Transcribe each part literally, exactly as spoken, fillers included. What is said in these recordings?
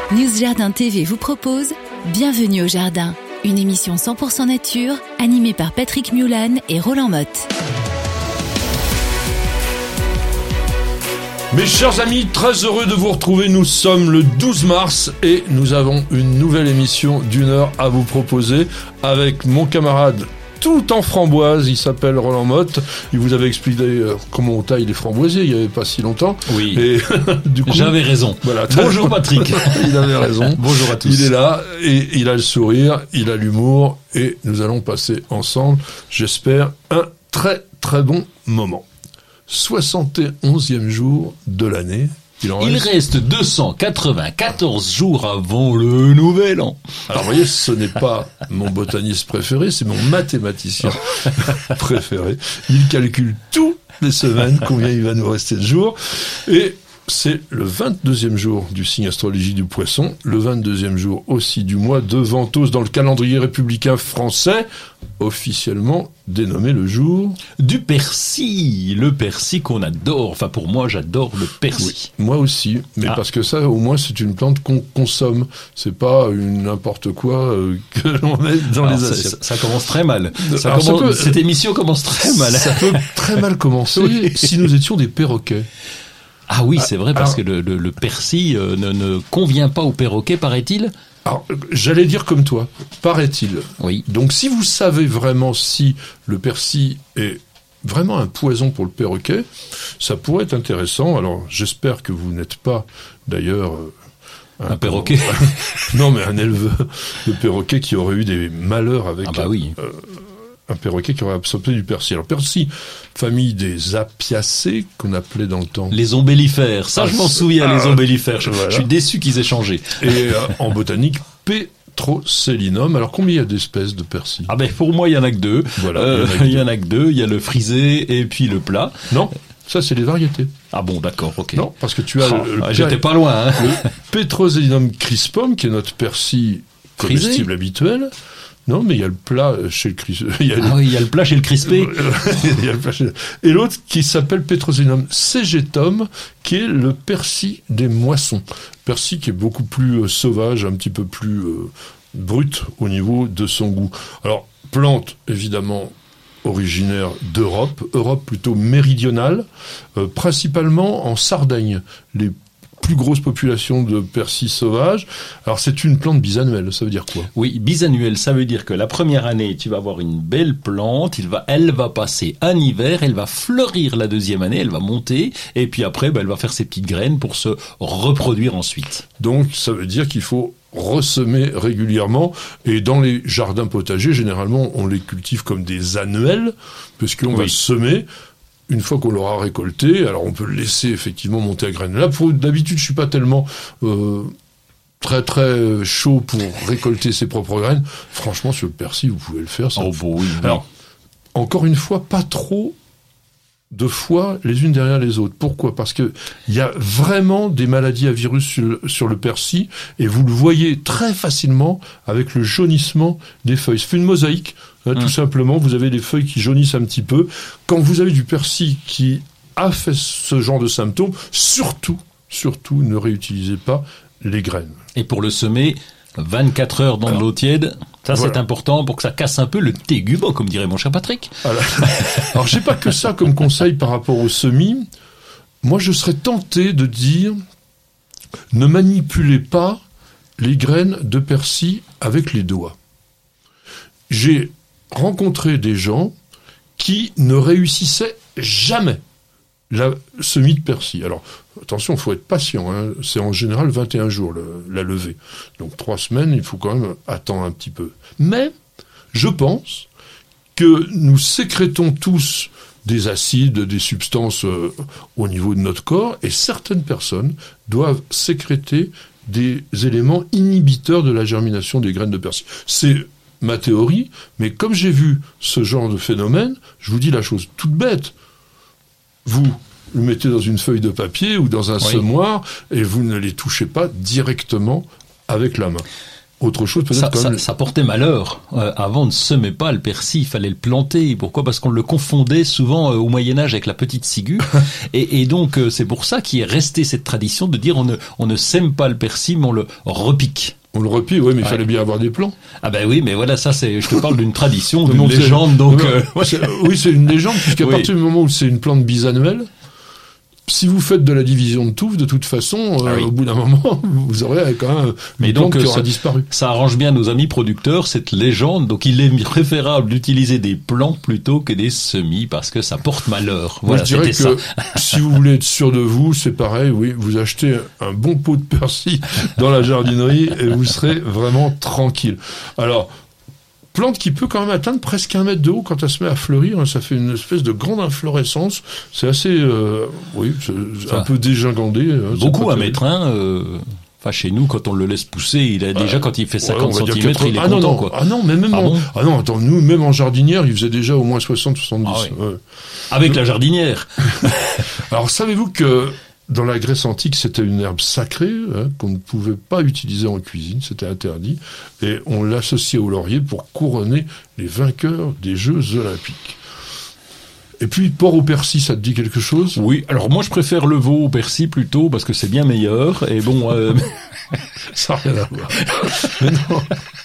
News Jardin T V vous propose Bienvenue au Jardin, une émission cent pour cent nature, animée par Patrick Mulan et Roland Motte. Mes chers amis, très heureux de vous retrouver. Nous sommes le douze mars et nous avons une nouvelle émission d'une heure à vous proposer avec mon camarade tout en framboise, il s'appelle Roland Motte. Il vous avait expliqué euh, comment on taille les framboisiers il n'y avait pas si longtemps. Oui, et, du coup, j'avais raison. Voilà, bonjour Patrick. Il avait raison. Bonjour à tous. Il est là et il a le sourire, il a l'humour et nous allons passer ensemble, j'espère, un très très bon moment. soixante et onzième jour de l'année. Il, il reste... reste deux cent quatre-vingt-quatorze jours avant le nouvel an. Alors vous voyez, ce n'est pas mon botaniste préféré, c'est mon mathématicien préféré. Il calcule toutes les semaines combien il va nous rester de jours. Et c'est le vingt-deuxième jour du signe astrologie du Poisson, le vingt-deuxième jour aussi du mois de Ventose dans le calendrier républicain français, officiellement dénommé le jour du persil. Le persil qu'on adore. Enfin, pour moi, j'adore le persil. Oui, moi aussi, mais ah. parce que ça, au moins, c'est une plante qu'on consomme. C'est pas une n'importe quoi euh, que l'on met dans Alors, les assiettes. Ça, ça commence très mal. Ça commence, ça peut, cette émission commence très mal. Ça peut très mal commencer oui. si nous étions des perroquets. Ah oui, c'est vrai, parce Alors, que le, le, le persil euh, ne, ne convient pas aux perroquets, paraît-il. Alors, j'allais dire comme toi, paraît-il. Oui. Donc, si vous savez vraiment si le persil est vraiment un poison pour le perroquet, ça pourrait être intéressant. Alors, j'espère que vous n'êtes pas, d'ailleurs... Un, un perroquet Non, mais un éleveur de perroquets qui aurait eu des malheurs avec... Ah bah oui. Euh, un perroquet qui aurait absorbé du persil. Alors, persil, famille des apiacées, qu'on appelait dans le temps... Les ombellifères. Ça, ah, je m'en souviens, ah, les ombellifères. Je, voilà. je suis déçu qu'ils aient changé. Et euh, en botanique, Petroselinum. Alors, combien il y a d'espèces de persil? Ah ben, pour moi, il y en a que deux. Voilà, euh, il y en a que deux. Il y a le frisé et puis le plat. Non, ça, c'est les variétés. Ah bon, d'accord, ok. Non, parce que tu as... Oh, le, le, j'étais pas loin, hein. Le Petroselinum crispum, qui est notre persil comestible habituel. Non, mais il y a le plat chez le crispé. Ah oui, il y a le plat chez le crispé. Il y a le plat chez le... Et l'autre qui s'appelle Petroselinum segetum, qui est le persil des moissons. Persil qui est beaucoup plus euh, sauvage, un petit peu plus euh, brut au niveau de son goût. Alors, plante, évidemment, originaire d'Europe, Europe plutôt méridionale, euh, principalement en Sardaigne. Les plus grosse population de persil sauvage. Alors, c'est une plante bisannuelle, ça veut dire quoi? Oui, bisannuelle, ça veut dire que la première année, tu vas avoir une belle plante, il va, elle va passer un hiver, elle va fleurir la deuxième année, elle va monter, et puis après, bah, elle va faire ses petites graines pour se reproduire ensuite. Donc, ça veut dire qu'il faut ressemer régulièrement, et dans les jardins potagers, généralement, on les cultive comme des annuels, puisqu'on oui. va semer. Une fois qu'on l'aura récolté, alors on peut le laisser effectivement monter à graines. Là, pour, d'habitude, je suis pas tellement euh, très très chaud pour récolter ses propres graines. Franchement, sur le persil, vous pouvez le faire. Ça oh bon, oui, oui. Alors, encore une fois, pas trop de fois les unes derrière les autres. Pourquoi? Parce que il y a vraiment des maladies à virus sur le, sur le persil, et vous le voyez très facilement avec le jaunissement des feuilles. C'est une mosaïque. Hein, mmh. Tout simplement, vous avez des feuilles qui jaunissent un petit peu. Quand vous avez du persil qui a fait ce genre de symptômes, surtout, surtout, ne réutilisez pas les graines. Et pour le semer, vingt-quatre heures dans Alors, de l'eau tiède, ça voilà. C'est important pour que ça casse un peu le tégument, comme dirait mon cher Patrick. Alors, Alors j'ai pas que ça comme conseil par rapport au semis. Moi, je serais tenté de dire, ne manipulez pas les graines de persil avec les doigts. J'ai rencontrer des gens qui ne réussissaient jamais la semis de persil. Alors, attention, il faut être patient, hein. C'est en général vingt et un jours le, la levée. Donc trois semaines, il faut quand même attendre un petit peu. Mais, je pense que nous sécrétons tous des acides, des substances euh, au niveau de notre corps, et certaines personnes doivent sécréter des éléments inhibiteurs de la germination des graines de persil. C'est ma théorie, mais comme j'ai vu ce genre de phénomène, je vous dis la chose toute bête. Vous le mettez dans une feuille de papier ou dans un oui. semoir et vous ne les touchez pas directement avec la main. autre chose peut-être ça, comme... ça, ça portait malheur. Euh, avant, on ne semait pas le persil, il fallait le planter. Pourquoi ? Parce qu'on le confondait souvent euh, au Moyen-Âge avec la petite ciguë. et, et donc, euh, c'est pour ça qu'il est resté cette tradition de dire on ne, on ne sème pas le persil, mais on le repique. On le replie, oui, mais il ouais. fallait bien avoir des plants. Ah ben oui, mais voilà, ça c'est, je te parle d'une tradition, d'une non, légende, donc... non, euh, c'est, oui, c'est une légende, puisqu'à oui. partir du moment où c'est une plante bisannuelle, si vous faites de la division de touffe, de toute façon, euh, ah oui. au bout d'un moment, vous aurez quand même une mais plante donc, qui aura ça, disparu. Ça arrange bien nos amis producteurs, cette légende, donc il est préférable d'utiliser des plants plutôt que des semis, parce que ça porte malheur. Voilà, Moi, je dirais que ça. si vous voulez être sûr de vous, c'est pareil, oui, vous achetez un bon pot de persil dans la jardinerie et vous serez vraiment tranquille. Alors, plante qui peut quand même atteindre presque un mètre de haut quand elle se met à fleurir. Ça fait une espèce de grande inflorescence. C'est assez, euh, oui, c'est un peu dégingandé. Hein, beaucoup à mettre, hein. Euh... Enfin, chez nous, quand on le laisse pousser, il a déjà, euh, quand il fait cinquante ouais, centimètres, il est ah, content, non, non. quoi. Ah non, mais même ah, en... bon ah non, attends, nous, même en jardinière, il faisait déjà au moins soixante soixante-dix. Ah, oui. ouais. Avec la jardinière. Alors, savez-vous que dans la Grèce antique, c'était une herbe sacrée, hein, qu'on ne pouvait pas utiliser en cuisine, c'était interdit, et on l'associait au laurier pour couronner les vainqueurs des Jeux Olympiques. Et puis, porc au persil, ça te dit quelque chose ? Oui, alors moi je préfère le veau au persil plutôt, parce que c'est bien meilleur, et bon... Euh... ça n'a rien à voir. Mais non,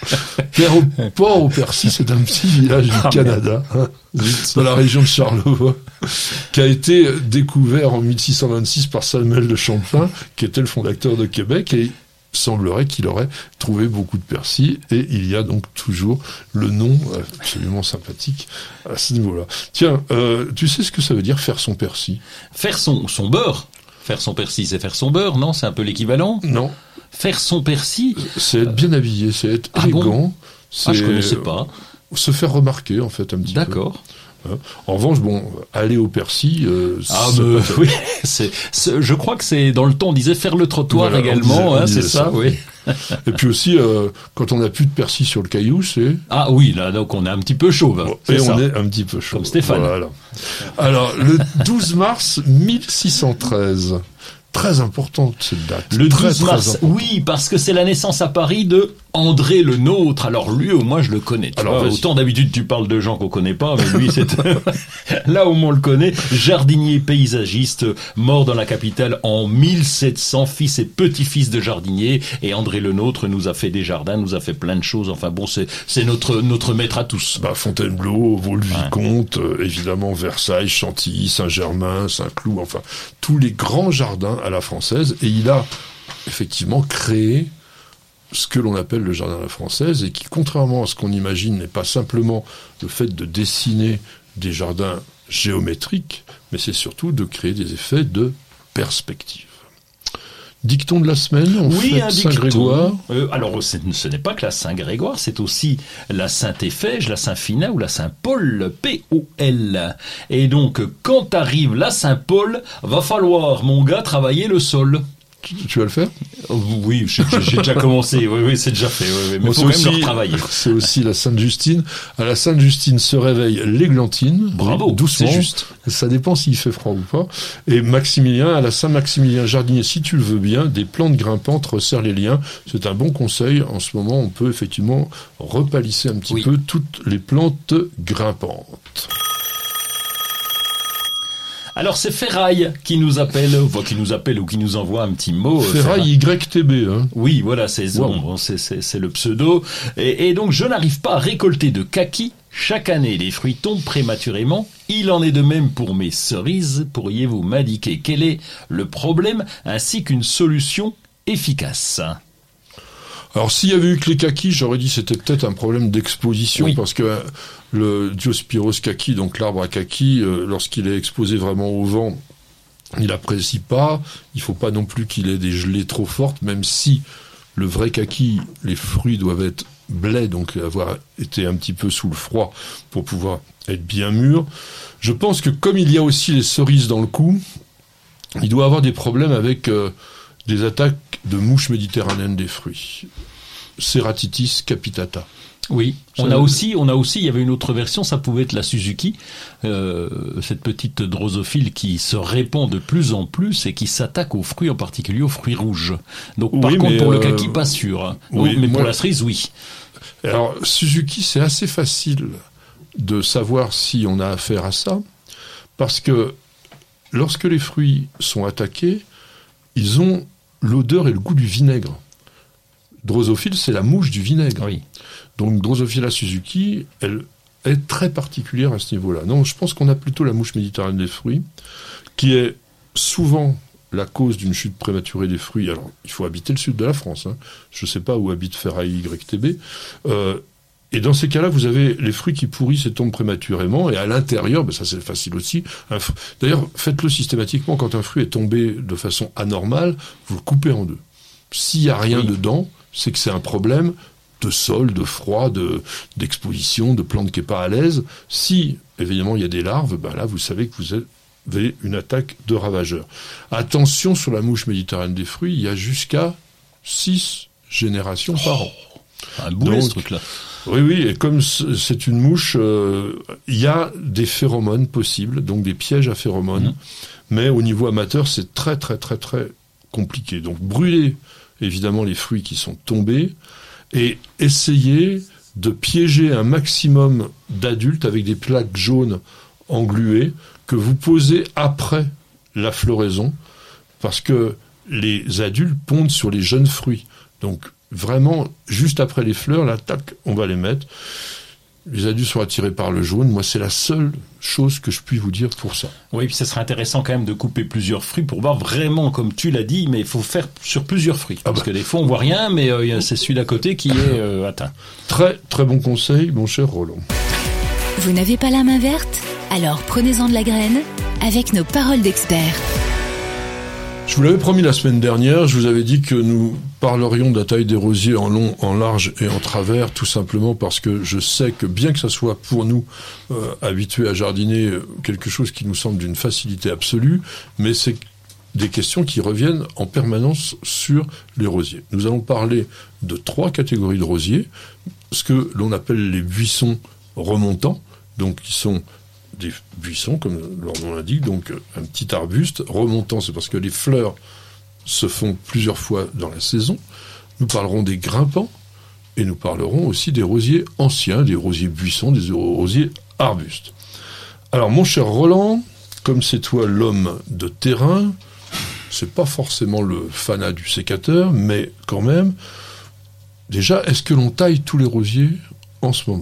porc au persil, c'est un petit village du ah, Canada, hein, dans la région de Charlevoix, qui a été découvert en mille six cent vingt-six par Samuel de Champlain, qui était le fondateur de Québec, et semblerait qu'il aurait trouvé beaucoup de persil, et il y a donc toujours le nom absolument sympathique à ce niveau-là. Tiens, euh, tu sais ce que ça veut dire faire son persil ? Faire son, son beurre. Faire son persil, c'est faire son beurre, non ? C'est un peu l'équivalent ? Non. Faire son persil ? C'est être bien habillé, c'est être ah élégant. Bon c'est ah, je connaissais pas. Se faire remarquer, en fait, un petit D'accord. peu. D'accord. En revanche, bon, aller au persil... Euh, ah, mais, oui, c'est, c'est, je crois que c'est, dans le temps, on disait faire le trottoir voilà, également, disait, hein, c'est ça, ça, oui. Et puis aussi, euh, quand on n'a plus de persil sur le caillou, c'est... Ah oui, là, donc on est un petit peu chauve. Bon, et ça. On est un petit peu chauve. Comme Stéphane. Voilà. Alors, le douze mars mille six cent treize... Très importante cette date. Le très, douze mars, oui, parce que c'est la naissance à Paris de André Le Nôtre. Alors lui, au moins, je le connais. Tu Alors, vois, autant d'habitude, tu parles de gens qu'on connaît pas, mais lui, c'est là au moins on le connaît. Jardinier paysagiste, mort dans la capitale en mille sept cents, fils et petit-fils de jardinier. Et André Le Nôtre nous a fait des jardins, nous a fait plein de choses. Enfin bon, c'est c'est notre notre maître à tous. Bah, Fontainebleau, Vaux-le-Vicomte, ouais. euh, évidemment Versailles, Chantilly, Saint-Germain, Saint-Cloud, enfin tous les grands jardins à la française, et il a effectivement créé ce que l'on appelle le jardin à la française, et qui, contrairement à ce qu'on imagine, n'est pas simplement le fait de dessiner des jardins géométriques, mais c'est surtout de créer des effets de perspective. Dicton de la semaine, on oui, fête Saint-Grégoire. Euh, alors, ce n'est pas que la Saint-Grégoire, c'est aussi la Saint-Éphège, la Saint-Fina ou la Saint-Paul, P O L. Et donc, quand arrive la Saint-Paul, va falloir, mon gars, travailler le sol. Tu, tu vas le faire ? Oui, j'ai, j'ai déjà commencé. Oui, oui, c'est déjà fait. Oui, oui. Mais il faut quand même le retravailler. C'est aussi la Sainte-Justine. À la Sainte-Justine se réveille l'églantine. Bravo, doucement. C'est juste. Ça dépend s'il fait froid ou pas. Et Maximilien, à la Saint-Maximilien jardinier, si tu le veux bien, des plantes grimpantes resserrent les liens. C'est un bon conseil. En ce moment, on peut effectivement repalisser un petit oui. peu toutes les plantes grimpantes. Alors c'est Ferraille qui nous appelle, enfin, qui nous appelle ou qui nous envoie un petit mot. Ferraille Y T B. Hein. Oui, voilà, c'est, wow. bon, c'est, c'est, c'est le pseudo. Et, et donc je n'arrive pas à récolter de kaki. Chaque année, les fruits tombent prématurément. Il en est de même pour mes cerises. Pourriez-vous m'indiquer quel est le problème ainsi qu'une solution efficace ? Alors, s'il y avait eu que les kakis, j'aurais dit que c'était peut-être un problème d'exposition, oui. parce que le Diospyros kaki, donc l'arbre à kaki, euh, lorsqu'il est exposé vraiment au vent, il apprécie pas. Il faut pas non plus qu'il ait des gelées trop fortes, même si le vrai kaki, les fruits doivent être blés, donc avoir été un petit peu sous le froid pour pouvoir être bien mûrs. Je pense que comme il y a aussi les cerises dans le coup, il doit avoir des problèmes avec euh, des attaques de mouches méditerranéennes des fruits. Ceratitis capitata. Oui, on Ça- a aussi, on a aussi, il y avait une autre version, ça pouvait être la Suzuki, euh, cette petite drosophile qui se répand de plus en plus et qui s'attaque aux fruits, en particulier aux fruits rouges. Donc, par Oui, contre, mais, pour le euh, kaki, pas sûr. hein. oui, mais pour moi- la cerise, oui. Alors, Suzuki, c'est assez facile de savoir si on a affaire à ça, parce que lorsque les fruits sont attaqués, ils ont l'odeur et le goût du vinaigre. Drosophile, c'est la mouche du vinaigre. Oui. Donc Drosophila Suzuki, elle est très particulière à ce niveau-là. Non, je pense qu'on a plutôt la mouche méditerranéenne des fruits, qui est souvent la cause d'une chute prématurée des fruits. Alors, il faut habiter le sud de la France. Hein. Je ne sais pas où habite Ferraille Y T B. Euh, et dans ces cas-là, vous avez les fruits qui pourrissent et tombent prématurément. Et à l'intérieur, ben ça c'est facile aussi. Un fr- D'ailleurs, faites-le systématiquement. Quand un fruit est tombé de façon anormale, vous le coupez en deux. S'il n'y a rien Oui. dedans, c'est que c'est un problème de sol, de froid, de, d'exposition, de plante qui n'est pas à l'aise. Si, évidemment, il y a des larves, ben là, vous savez que vous avez une attaque de ravageurs. Attention sur la mouche méditerranéenne des fruits, il y a jusqu'à six générations par an. Un boulet, ce Donc, truc-là. Oui, oui, et comme c- c'est une mouche, euh, il y a des phéromones possibles, donc des pièges à phéromones, Mhm. mais au niveau amateur, c'est très, très, très, très compliqué. Donc, brûlez, évidemment, les fruits qui sont tombés, et essayez de piéger un maximum d'adultes avec des plaques jaunes engluées que vous posez après la floraison, parce que les adultes pondent sur les jeunes fruits. Donc, vraiment, juste après les fleurs, là, tac, on va les mettre. Les adultes sont attirés par le jaune. Moi, c'est la seule chose que je puis vous dire pour ça. Oui, puis ça serait intéressant quand même de couper plusieurs fruits pour voir vraiment, comme tu l'as dit, mais il faut faire sur plusieurs fruits. Ah Parce bah. que des fois, on voit rien, mais euh, y a- c'est celui d'à côté qui est euh, atteint. Très, très bon conseil, mon cher Roland. Vous n'avez pas la main verte? Alors prenez-en de la graine avec nos paroles d'experts. Je vous l'avais promis la semaine dernière, je vous avais dit que nous parlerions de la taille des rosiers en long, en large et en travers, tout simplement parce que je sais que bien que ça soit pour nous euh, habitués à jardiner euh, quelque chose qui nous semble d'une facilité absolue, mais c'est des questions qui reviennent en permanence sur les rosiers. Nous allons parler de trois catégories de rosiers, ce que l'on appelle les buissons remontants, donc qui sont des buissons, comme leur nom l'indique, donc un petit arbuste. Remontant, c'est parce que les fleurs se font plusieurs fois dans la saison. Nous parlerons des grimpants, et nous parlerons aussi des rosiers anciens, des rosiers buissons, des rosiers arbustes. Alors, mon cher Roland, comme c'est toi l'homme de terrain, c'est pas forcément le fanat du sécateur, mais quand même, déjà, est-ce que l'on taille tous les rosiers en ce moment ?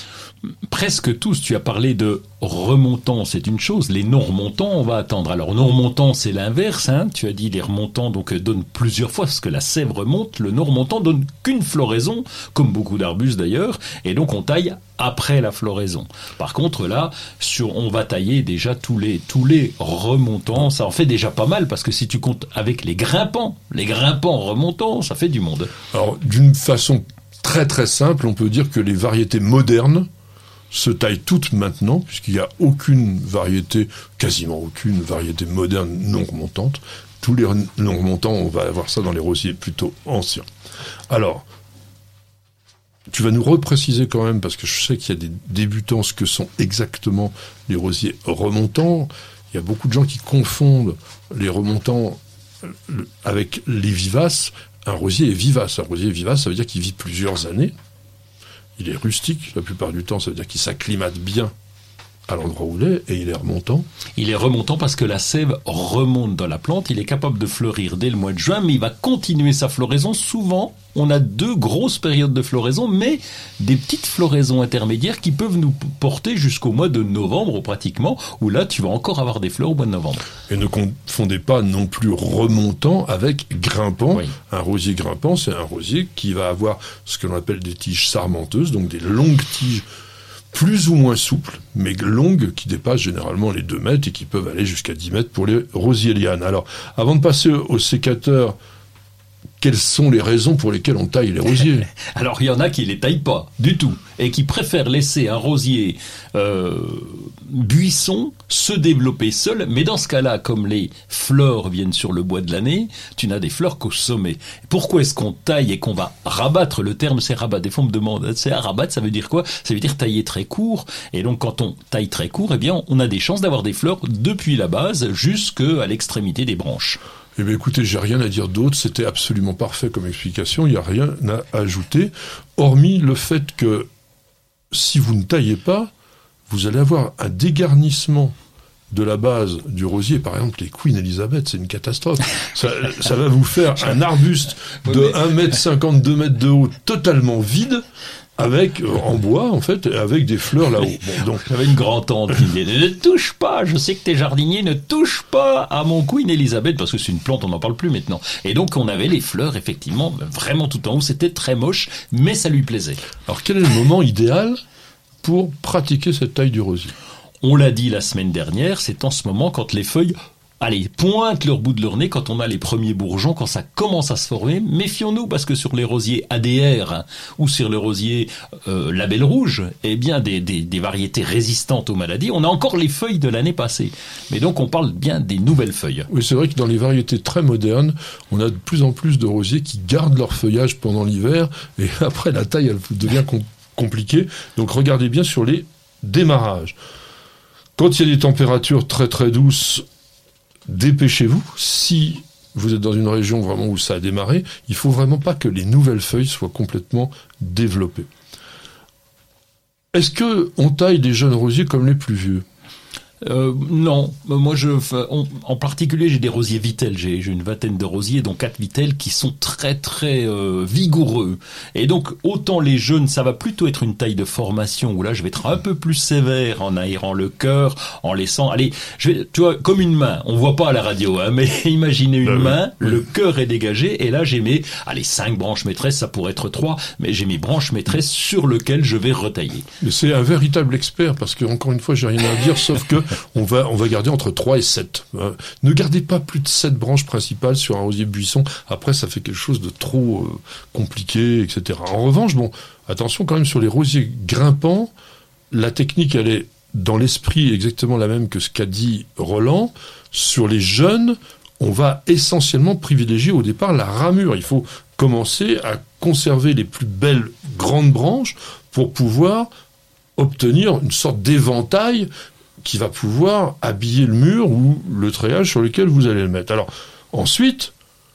Presque tous, tu as parlé de remontants, c'est une chose. Les non-remontants, on va attendre. Alors, non-remontants, c'est l'inverse, hein. Tu as dit les remontants, donc, euh, donnent plusieurs fois, parce que la sève remonte. Le non-remontant donne qu'une floraison, comme beaucoup d'arbustes d'ailleurs, et donc on taille après la floraison. Par contre, là, sur, on va tailler déjà tous les, tous les remontants. Ça en fait déjà pas mal, parce que si tu comptes avec les grimpants, les grimpants remontants, ça fait du monde. Alors, d'une façon très très simple, on peut dire que les variétés modernes se taillent toutes maintenant, puisqu'il n'y a aucune variété, quasiment aucune variété moderne non remontante. Tous les non remontants, on va avoir ça dans les rosiers plutôt anciens. Alors, tu vas nous repréciser quand même, parce que je sais qu'il y a des débutants, ce que sont exactement les rosiers remontants. Il y a beaucoup de gens qui confondent les remontants avec les vivaces. Un rosier est vivace. Un rosier vivace, ça veut dire qu'il vit plusieurs années. Il est rustique, la plupart du temps, ça veut dire qu'il s'acclimate bien à l'endroit où il est, et il est remontant. Il est remontant parce que la sève remonte dans la plante. Il est capable de fleurir dès le mois de juin, mais il va continuer sa floraison. Souvent, on a deux grosses périodes de floraison, mais des petites floraisons intermédiaires qui peuvent nous porter jusqu'au mois de novembre, pratiquement, où là, tu vas encore avoir des fleurs au mois de novembre. Et ne confondez pas non plus remontant avec grimpant. Oui. Un rosier grimpant, c'est un rosier qui va avoir ce que l'on appelle des tiges sarmenteuses, donc des longues tiges plus ou moins souples, mais longues, qui dépassent généralement les deux mètres et qui peuvent aller jusqu'à dix mètres pour les rosiers lianes. Alors, avant de passer au sécateur, quelles sont les raisons pour lesquelles on taille les rosiers? Alors il y en a qui les taillent pas du tout et qui préfèrent laisser un rosier euh, buisson se développer seul. Mais dans ce cas-là, comme les fleurs viennent sur le bois de l'année, tu n'as des fleurs qu'au sommet. Pourquoi est-ce qu'on taille et qu'on va rabattre? Le terme c'est rabattre. Des fois on me demande, c'est à rabattre, ça veut dire quoi? Ça veut dire tailler très court. Et donc quand on taille très court, eh bien on a des chances d'avoir des fleurs depuis la base jusqu'à l'extrémité des branches. Eh bien, écoutez, j'ai rien à dire d'autre. C'était absolument parfait comme explication. Il n'y a rien à ajouter, hormis le fait que si vous ne taillez pas, vous allez avoir un dégarnissement de la base du rosier. Par exemple, les Queen Elizabeth, c'est une catastrophe. Ça, ça va vous faire un arbuste de un mètre cinquante, deux mètres de haut, totalement vide, avec, euh, en bois, en fait, avec des fleurs là-haut. Bon, donc. J'avais une grand-tante qui disait, ne touche pas, je sais que t'es jardinier, ne touche pas à mon Queen Elizabeth, parce que c'est une plante, on n'en parle plus maintenant. Et donc, on avait les fleurs, effectivement, vraiment tout en haut, c'était très moche, mais ça lui plaisait. Alors, quel est le moment idéal pour pratiquer cette taille du rosier? On l'a dit la semaine dernière, c'est en ce moment quand les feuilles, allez, pointent leur bout de leur nez, quand on a les premiers bourgeons, quand ça commence à se former. Méfions-nous, parce que sur les rosiers A D R hein, ou sur le rosier euh, label rouge, eh bien des, des, des variétés résistantes aux maladies, on a encore les feuilles de l'année passée. Mais donc on parle bien des nouvelles feuilles. Oui, c'est vrai que dans les variétés très modernes, on a de plus en plus de rosiers qui gardent leur feuillage pendant l'hiver, et après la taille, elle devient com- compliquée. Donc regardez bien sur les démarrages. Quand il y a des températures très très douces, dépêchez-vous. Si vous êtes dans une région vraiment où ça a démarré, il faut vraiment pas que les nouvelles feuilles soient complètement développées. Est-ce que on taille des jeunes rosiers comme les plus vieux? Euh, non, moi je, on, en particulier j'ai des rosiers Vittel, j'ai, j'ai une vingtaine de rosiers, dont quatre Vittel qui sont très très euh, vigoureux. Et donc autant les jeunes, ça va plutôt être une taille de formation où là je vais être un peu plus sévère en aérant le cœur, en laissant, allez, je vais, tu vois, comme une main, on voit pas à la radio, hein, mais imaginez une ben main, oui. Le cœur est dégagé et là j'ai mes, allez, cinq branches maîtresses, ça pourrait être trois, mais j'ai mes branches maîtresses sur lesquelles je vais retailler. Mais c'est un véritable expert parce que encore une fois j'ai rien à dire sauf que On va, on va garder entre trois et sept. Euh, ne gardez pas plus de sept branches principales sur un rosier buisson. Après, ça fait quelque chose de trop euh, compliqué, et cetera. En revanche, bon, attention quand même sur les rosiers grimpants, la technique, elle est dans l'esprit exactement la même que ce qu'a dit Roland. Sur les jeunes, on va essentiellement privilégier au départ la ramure. Il faut commencer à conserver les plus belles grandes branches pour pouvoir obtenir une sorte d'éventail qui va pouvoir habiller le mur ou le treillage sur lequel vous allez le mettre. Alors, ensuite,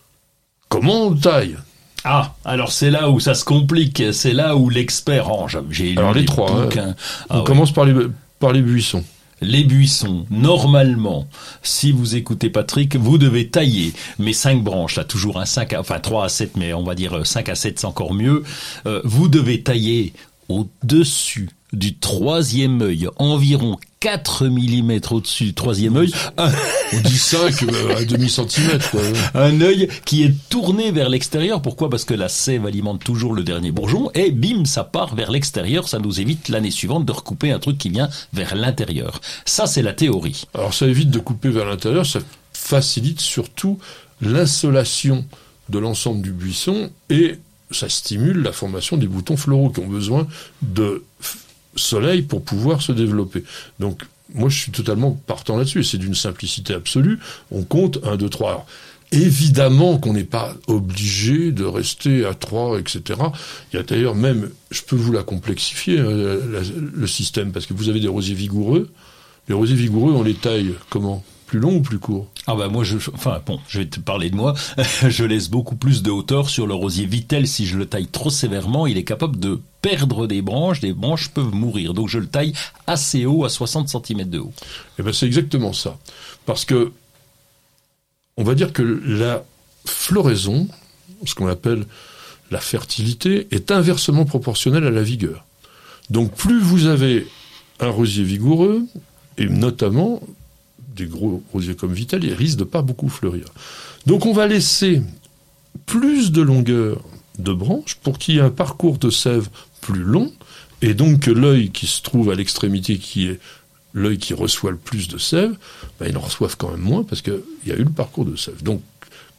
comment on taille? Ah, alors c'est là où ça se complique, c'est là où l'expert range. J'ai alors les trois, hein. On ah, commence ouais. par les, par les buissons. Les buissons, normalement, si vous écoutez Patrick, vous devez tailler mes cinq branches, là, toujours un cinq, à, enfin trois à sept, mais on va dire cinq à sept, c'est encore mieux. Euh, vous devez tailler au-dessus du troisième œil, environ quatre millimètres au-dessus du troisième œil. On dit cinq, euh, un demi-centimètre, quoi. Un œil qui est tourné vers l'extérieur. Pourquoi? Parce que la sève alimente toujours le dernier bourgeon et bim, ça part vers l'extérieur. Ça nous évite l'année suivante de recouper un truc qui vient vers l'intérieur. Ça, c'est la théorie. Alors, ça évite de couper vers l'intérieur. Ça facilite surtout l'insolation de l'ensemble du buisson et ça stimule la formation des boutons floraux qui ont besoin de soleil pour pouvoir se développer. Donc, moi, je suis totalement partant là-dessus. C'est d'une simplicité absolue. On compte un, deux, trois. Alors, évidemment qu'on n'est pas obligé de rester à trois, et cetera. Il y a d'ailleurs même, je peux vous la complexifier, euh, la, le système, parce que vous avez des rosiers vigoureux. Les rosiers vigoureux, on les taille comment ? Plus long ou plus court? Ah bah moi je, enfin bon, je vais te parler de moi. Je laisse beaucoup plus de hauteur sur le rosier Vittel. Si je le taille trop sévèrement, il est capable de perdre des branches. Des branches peuvent mourir. Donc je le taille assez haut, à soixante centimètres de haut. Eh ben c'est exactement ça. Parce que on va dire que la floraison, ce qu'on appelle la fertilité, est inversement proportionnelle à la vigueur. Donc plus vous avez un rosier vigoureux, et notamment des gros rosiers comme Vittel, ils risquent de pas beaucoup fleurir. Donc on va laisser plus de longueur de branches pour qu'il y ait un parcours de sève plus long, et donc que l'œil qui se trouve à l'extrémité, qui est l'œil qui reçoit le plus de sève, ben, il en reçoive quand même moins parce qu'il y a eu le parcours de sève. Donc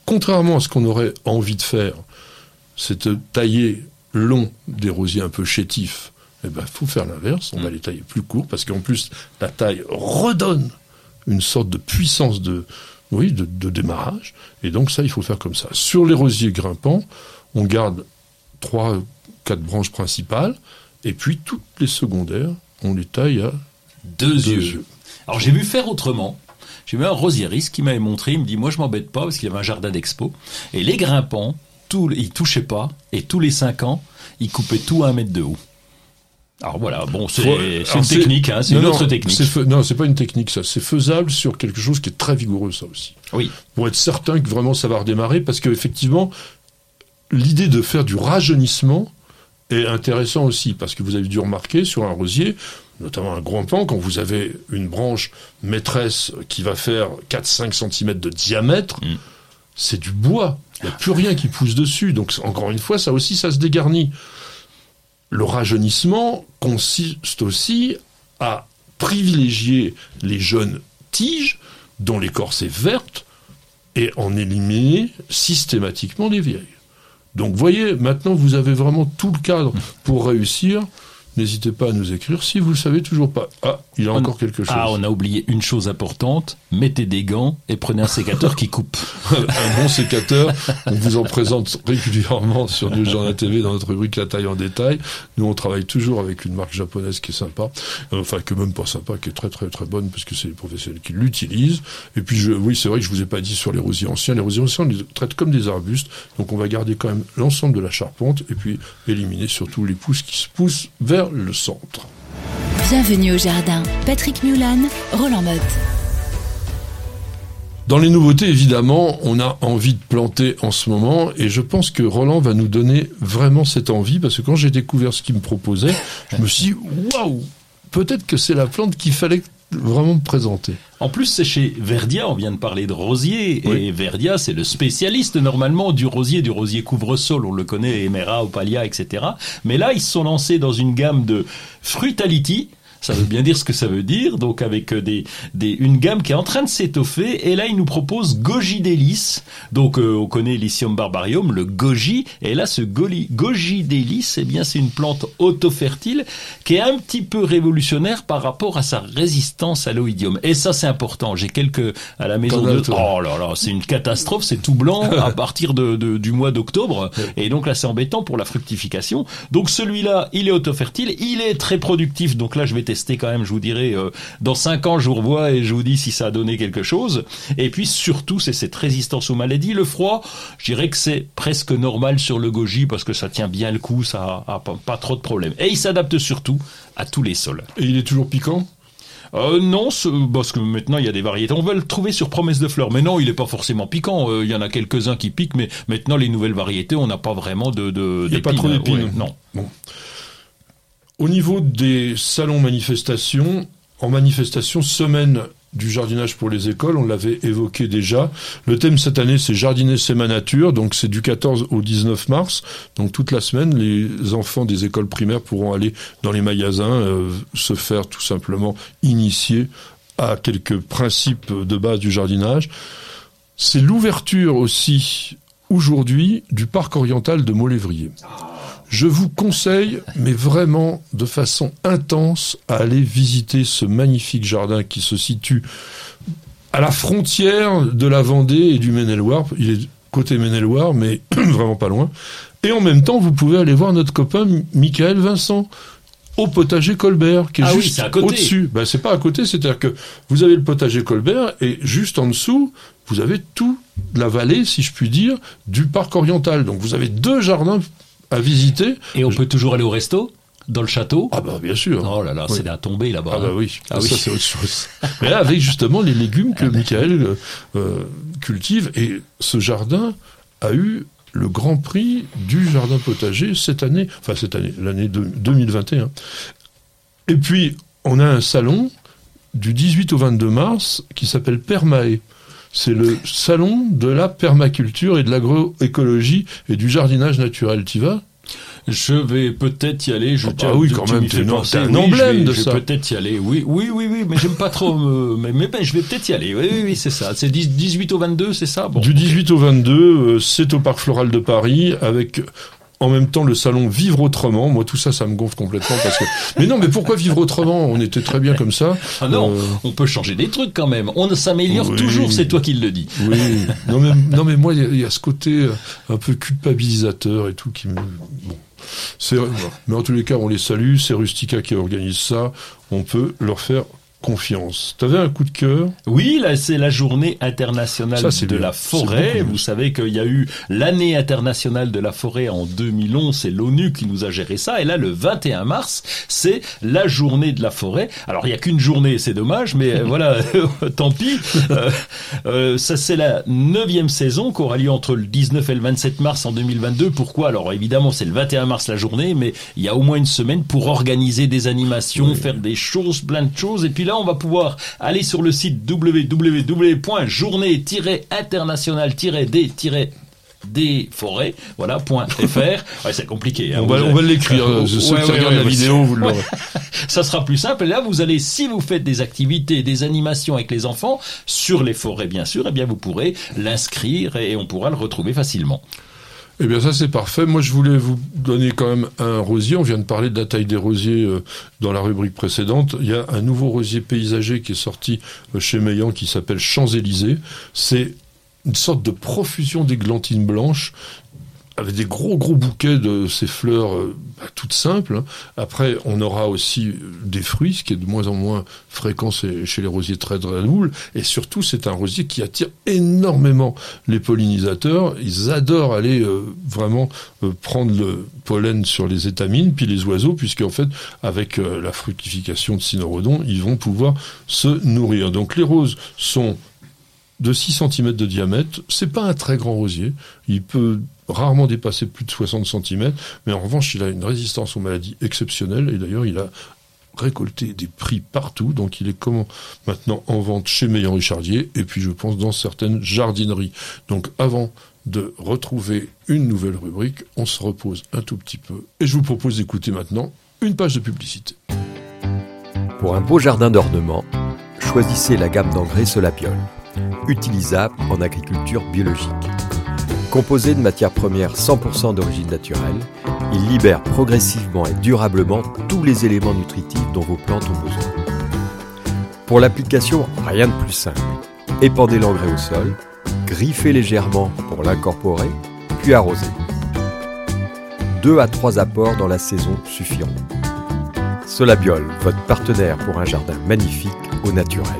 contrairement à ce qu'on aurait envie de faire, c'est de tailler long des rosiers un peu chétifs, eh ben, faut faire l'inverse, on mmh. va les tailler plus courts, parce qu'en plus, la taille redonne une sorte de puissance de, oui, de, de démarrage, et donc ça, il faut faire comme ça. Sur les rosiers grimpants, on garde trois, quatre branches principales, et puis toutes les secondaires, on les taille à deux, deux yeux. yeux. Alors j'ai vu faire autrement. J'ai vu un rosieriste qui m'avait montré, il me dit, moi je m'embête pas, parce qu'il y avait un jardin d'expo, et les grimpants, tout, ils touchaient pas, et tous les cinq ans, ils coupaient tout à un mètre de haut. Alors voilà, bon, c'est, Faut, c'est alors une c'est, technique, hein, c'est non, une autre non, technique. C'est fe, non, c'est pas une technique, ça. C'est faisable sur quelque chose qui est très vigoureux, ça aussi. Oui. Pour être certain que vraiment ça va redémarrer, parce qu'effectivement, l'idée de faire du rajeunissement est intéressant aussi, parce que vous avez dû remarquer sur un rosier, notamment un grimpant, quand vous avez une branche maîtresse qui va faire quatre à cinq centimètres de diamètre, mm. c'est du bois. Il n'y a plus rien qui pousse dessus. Donc, encore une fois, ça aussi, ça se dégarnit. Le rajeunissement consiste aussi à privilégier les jeunes tiges dont l'écorce est verte et en éliminer systématiquement les vieilles. Donc, vous voyez, maintenant, vous avez vraiment tout le cadre pour réussir. N'hésitez pas à nous écrire si vous ne le savez toujours pas. Ah, il y a on, encore quelque chose. Ah, on a oublié une chose importante. Mettez des gants et prenez un sécateur qui coupe. Un bon sécateur. On vous en présente régulièrement sur News Journal T V dans notre rubrique La taille en détail. Nous, on travaille toujours avec une marque japonaise qui est sympa. Enfin, que même pas sympa, qui est très très très bonne parce que c'est les professionnels qui l'utilisent. Et puis, je, oui, c'est vrai que je vous ai pas dit sur les rosiers anciens. Les rosiers anciens, on les traite comme des arbustes. Donc, on va garder quand même l'ensemble de la charpente et puis éliminer surtout les pousses qui se poussent vers le centre. Bienvenue au jardin. Patrick Mulan, Roland Motte. Dans les nouveautés, évidemment, on a envie de planter en ce moment et je pense que Roland va nous donner vraiment cette envie parce que quand j'ai découvert ce qu'il me proposait, je me suis dit waouh, peut-être que c'est la plante qu'il fallait vraiment me présenter. En plus, c'est chez Verdia, on vient de parler de rosier, oui. Et Verdia, c'est le spécialiste normalement du rosier, du rosier couvre-sol, on le connaît, Emera, Opalia, et cetera. Mais là, ils se sont lancés dans une gamme de Frutality. Ça veut bien dire ce que ça veut dire, donc avec des, des, une gamme qui est en train de s'étoffer, et là il nous propose Goji Délice, donc euh, on connaît Lycium barbarium, le goji, et là ce Goli, Goji Délice, eh bien c'est une plante autofertile qui est un petit peu révolutionnaire par rapport à sa résistance à l'oïdium, et ça c'est important, j'ai quelques à la maison de... Oh là là, c'est une catastrophe, c'est tout blanc à partir de, de, du mois d'octobre, et donc là c'est embêtant pour la fructification, donc celui-là il est autofertile, il est très productif, donc là je vais tester quand même, je vous dirai, euh, dans cinq ans, je vous revois et je vous dis si ça a donné quelque chose. Et puis, surtout, c'est cette résistance aux maladies. Le froid, je dirais que c'est presque normal sur le goji parce que ça tient bien le coup, ça a pas, pas trop de problèmes. Et il s'adapte surtout à tous les sols. Et il est toujours piquant ? Euh, non, parce que maintenant il y a des variétés. On va le trouver sur Promesse de fleurs, mais non, il est pas forcément piquant. Euh, il y en a quelques-uns qui piquent, mais maintenant les nouvelles variétés, on n'a pas vraiment de, de il n'y a pas trop d'épines. Ouais, non. Bon. Au niveau des salons manifestations, en manifestation, semaine du jardinage pour les écoles, on l'avait évoqué déjà. Le thème cette année, c'est Jardiner, c'est ma nature, donc c'est du quatorze au dix-neuf mars. Donc toute la semaine, les enfants des écoles primaires pourront aller dans les magasins, euh, se faire tout simplement initier à quelques principes de base du jardinage. C'est l'ouverture aussi, aujourd'hui, du parc oriental de Maulévrier. Je vous conseille, mais vraiment de façon intense, à aller visiter ce magnifique jardin qui se situe à la frontière de la Vendée et du Maine-et-Loire. Il est côté Maine-et-Loire, mais vraiment pas loin. Et en même temps, vous pouvez aller voir notre copain Michael Vincent au potager Colbert, qui est ah juste oui, c'est à côté. Au-dessus. Ben, c'est pas à côté, c'est-à-dire que vous avez le potager Colbert et juste en dessous, vous avez toute la vallée, si je puis dire, du parc oriental. Donc vous avez deux jardins à visiter. Et on peut toujours aller au resto dans le château. Ah bah bien sûr. Oh là là, oui. C'est à tomber là-bas. Ah bah oui, ah ça oui. c'est autre chose. Mais là, avec justement les légumes que Michael euh, cultive, et ce jardin a eu le grand prix du jardin potager cette année, enfin cette année, l'année de, deux mille vingt et un. Et puis, on a un salon du dix-huit au vingt-deux mars qui s'appelle Permae. C'est le salon de la permaculture et de l'agroécologie et du jardinage naturel. T'y vas ? Je vais peut-être y aller. Je ah bah oui, quand même, t'es un emblème de ça. Je vais peut-être y aller. Oui, oui, oui, oui, mais j'aime pas trop. Me... Mais, mais, mais je vais peut-être y aller. Oui, oui, oui, c'est ça. C'est dix-huit au vingt-deux, c'est ça. Bon. Du dix-huit au vingt-deux, euh, c'est au Parc Floral de Paris, avec en même temps le salon Vivre Autrement. Moi, tout ça, ça me gonfle complètement parce que. Mais non, mais pourquoi Vivre Autrement ? On était très bien comme ça. Ah non, euh... on peut changer des trucs quand même. On s'améliore oui. toujours. C'est toi qui le dis. Oui. Non mais non mais moi, il y a ce côté un peu culpabilisateur et tout qui me. Bon. C'est... Mais en tous les cas, on les salue, c'est Rustica qui organise ça, on peut leur faire confiance. T'avais un coup de cœur ? Oui, là, c'est la journée internationale ça, de bien. la forêt. Vous savez qu'il y a eu l'année internationale de la forêt en deux mille onze, c'est l'ONU qui nous a géré ça. Et là, le vingt et un mars, c'est la journée de la forêt. Alors, il n'y a qu'une journée, c'est dommage, mais voilà, tant pis. Euh, euh, ça, c'est la neuvième saison qui aura lieu entre le dix-neuf et le vingt-sept mars en deux mille vingt-deux. Pourquoi ? Alors, évidemment, c'est le vingt et un mars la journée, mais il y a au moins une semaine pour organiser des animations, oui. faire des choses, plein de choses. Et puis là, on va pouvoir aller sur le site w w w point journée tiret internationale tiret d tiret des forêts, voilà, point .fr. Ouais, c'est compliqué. Hein, on, va, vous on va l'écrire. Euh, je sais ouais, que ouais, regarde ouais, la ouais, vidéo, vous l'aurez. Ça sera plus simple. Et là, vous allez, si vous faites des activités, des animations avec les enfants, sur les forêts, bien sûr, eh bien, vous pourrez l'inscrire et on pourra le retrouver facilement. Eh bien ça c'est parfait. Moi je voulais vous donner quand même un rosier. On vient de parler de la taille des rosiers euh, dans la rubrique précédente. Il y a un nouveau rosier paysager qui est sorti euh, chez Meillan qui s'appelle Champs-Élysées. C'est une sorte de profusion d'églantines blanches avec des gros gros bouquets de ces fleurs euh, bah, toutes simples. Hein. Après, on aura aussi des fruits, ce qui est de moins en moins fréquent chez les rosiers très drôles. Et surtout, c'est un rosier qui attire énormément les pollinisateurs. Ils adorent aller euh, vraiment euh, prendre le pollen sur les étamines, puis les oiseaux, puisqu'en fait, avec euh, la fructification de cynorhodon, ils vont pouvoir se nourrir. Donc les roses sont de six centimètres de diamètre. C'est pas un très grand rosier. Il peut rarement dépasser plus de soixante centimètres, mais en revanche, il a une résistance aux maladies exceptionnelle, et d'ailleurs, il a récolté des prix partout, donc il est comment maintenant en vente chez Meillan Richardier, et puis je pense dans certaines jardineries. Donc avant de retrouver une nouvelle rubrique, on se repose un tout petit peu, et je vous propose d'écouter maintenant une page de publicité. Pour un beau jardin d'ornement, choisissez la gamme d'engrais Solabiol, utilisable en agriculture biologique. Composé de matières premières cent pour cent d'origine naturelle, il libère progressivement et durablement tous les éléments nutritifs dont vos plantes ont besoin. Pour l'application, rien de plus simple. Épandez l'engrais au sol, griffez légèrement pour l'incorporer, puis arrosez. Deux à trois apports dans la saison suffiront. Solabiol, votre partenaire pour un jardin magnifique au naturel.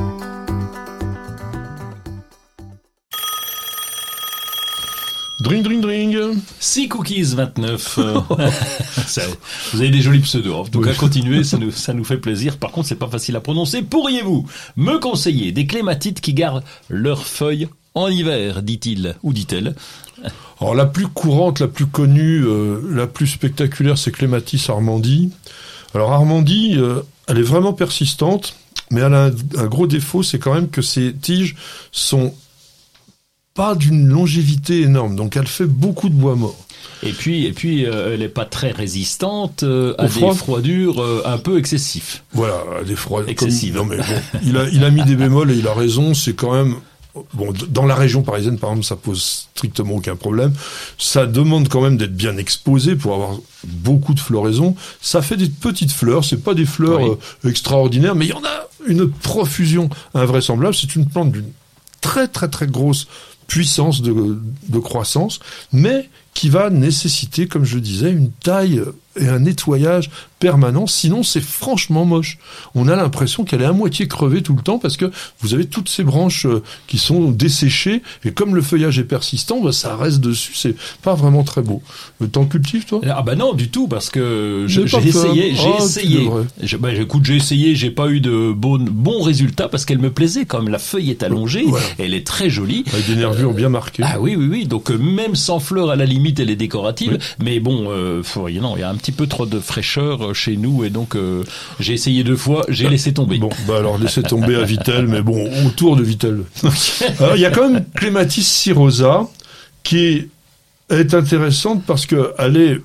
Dring, dring, dring. six cookies vingt-neuf. Euh, ça, vous avez des jolis pseudos. En tout oui. cas, continuez, ça nous, ça nous fait plaisir. Par contre, c'est pas facile à prononcer. Pourriez-vous me conseiller des clématites qui gardent leurs feuilles en hiver, dit-il, ou dit-elle? Alors, la plus courante, la plus connue, euh, la plus spectaculaire, c'est Clématis Armandie. Alors, Armandie, euh, elle est vraiment persistante, mais elle a un, un gros défaut, c'est quand même que ses tiges sont pas d'une longévité énorme, donc elle fait beaucoup de bois mort. Et puis, et puis, euh, elle est pas très résistante euh, à des froidures euh, un peu excessives. Voilà, à des froidures excessives. Comme... Non mais bon, il a, il a mis des bémols et il a raison. C'est quand même bon dans la région parisienne, par exemple, ça pose strictement aucun problème. Ça demande quand même d'être bien exposé pour avoir beaucoup de floraison. Ça fait des petites fleurs, c'est pas des fleurs oui. euh, extraordinaires, mais il y en a une profusion invraisemblable. C'est une plante d'une très très très grosse puissance de, de croissance, mais qui va nécessiter, comme je disais, une taille et un nettoyage permanent, sinon c'est franchement moche. On a l'impression qu'elle est à moitié crevée tout le temps parce que vous avez toutes ces branches qui sont desséchées et comme le feuillage est persistant, bah, ça reste dessus, c'est pas vraiment très beau. T'en cultives toi ? Ah bah non du tout parce que je, j'ai essayé, j'ai oh, essayé. Je, bah, écoute, j'ai essayé, j'ai pas eu de bons bons résultats parce qu'elle me plaisait quand même. La feuille est allongée, ouais. Elle est très jolie, avec des nervures euh, bien marquées. Ah oui oui oui, donc euh, même sans fleurs à la limite elle est décorative, oui. Mais bon, euh, faut, non, il y a un petit peu trop de fraîcheur chez nous et donc euh, j'ai essayé deux fois, j'ai laissé tomber. Bon, bah alors laissez tomber à Vittel, mais bon, autour de Vittel. Alors il y a quand même Clématis cirosa qui est intéressante parce que elle est,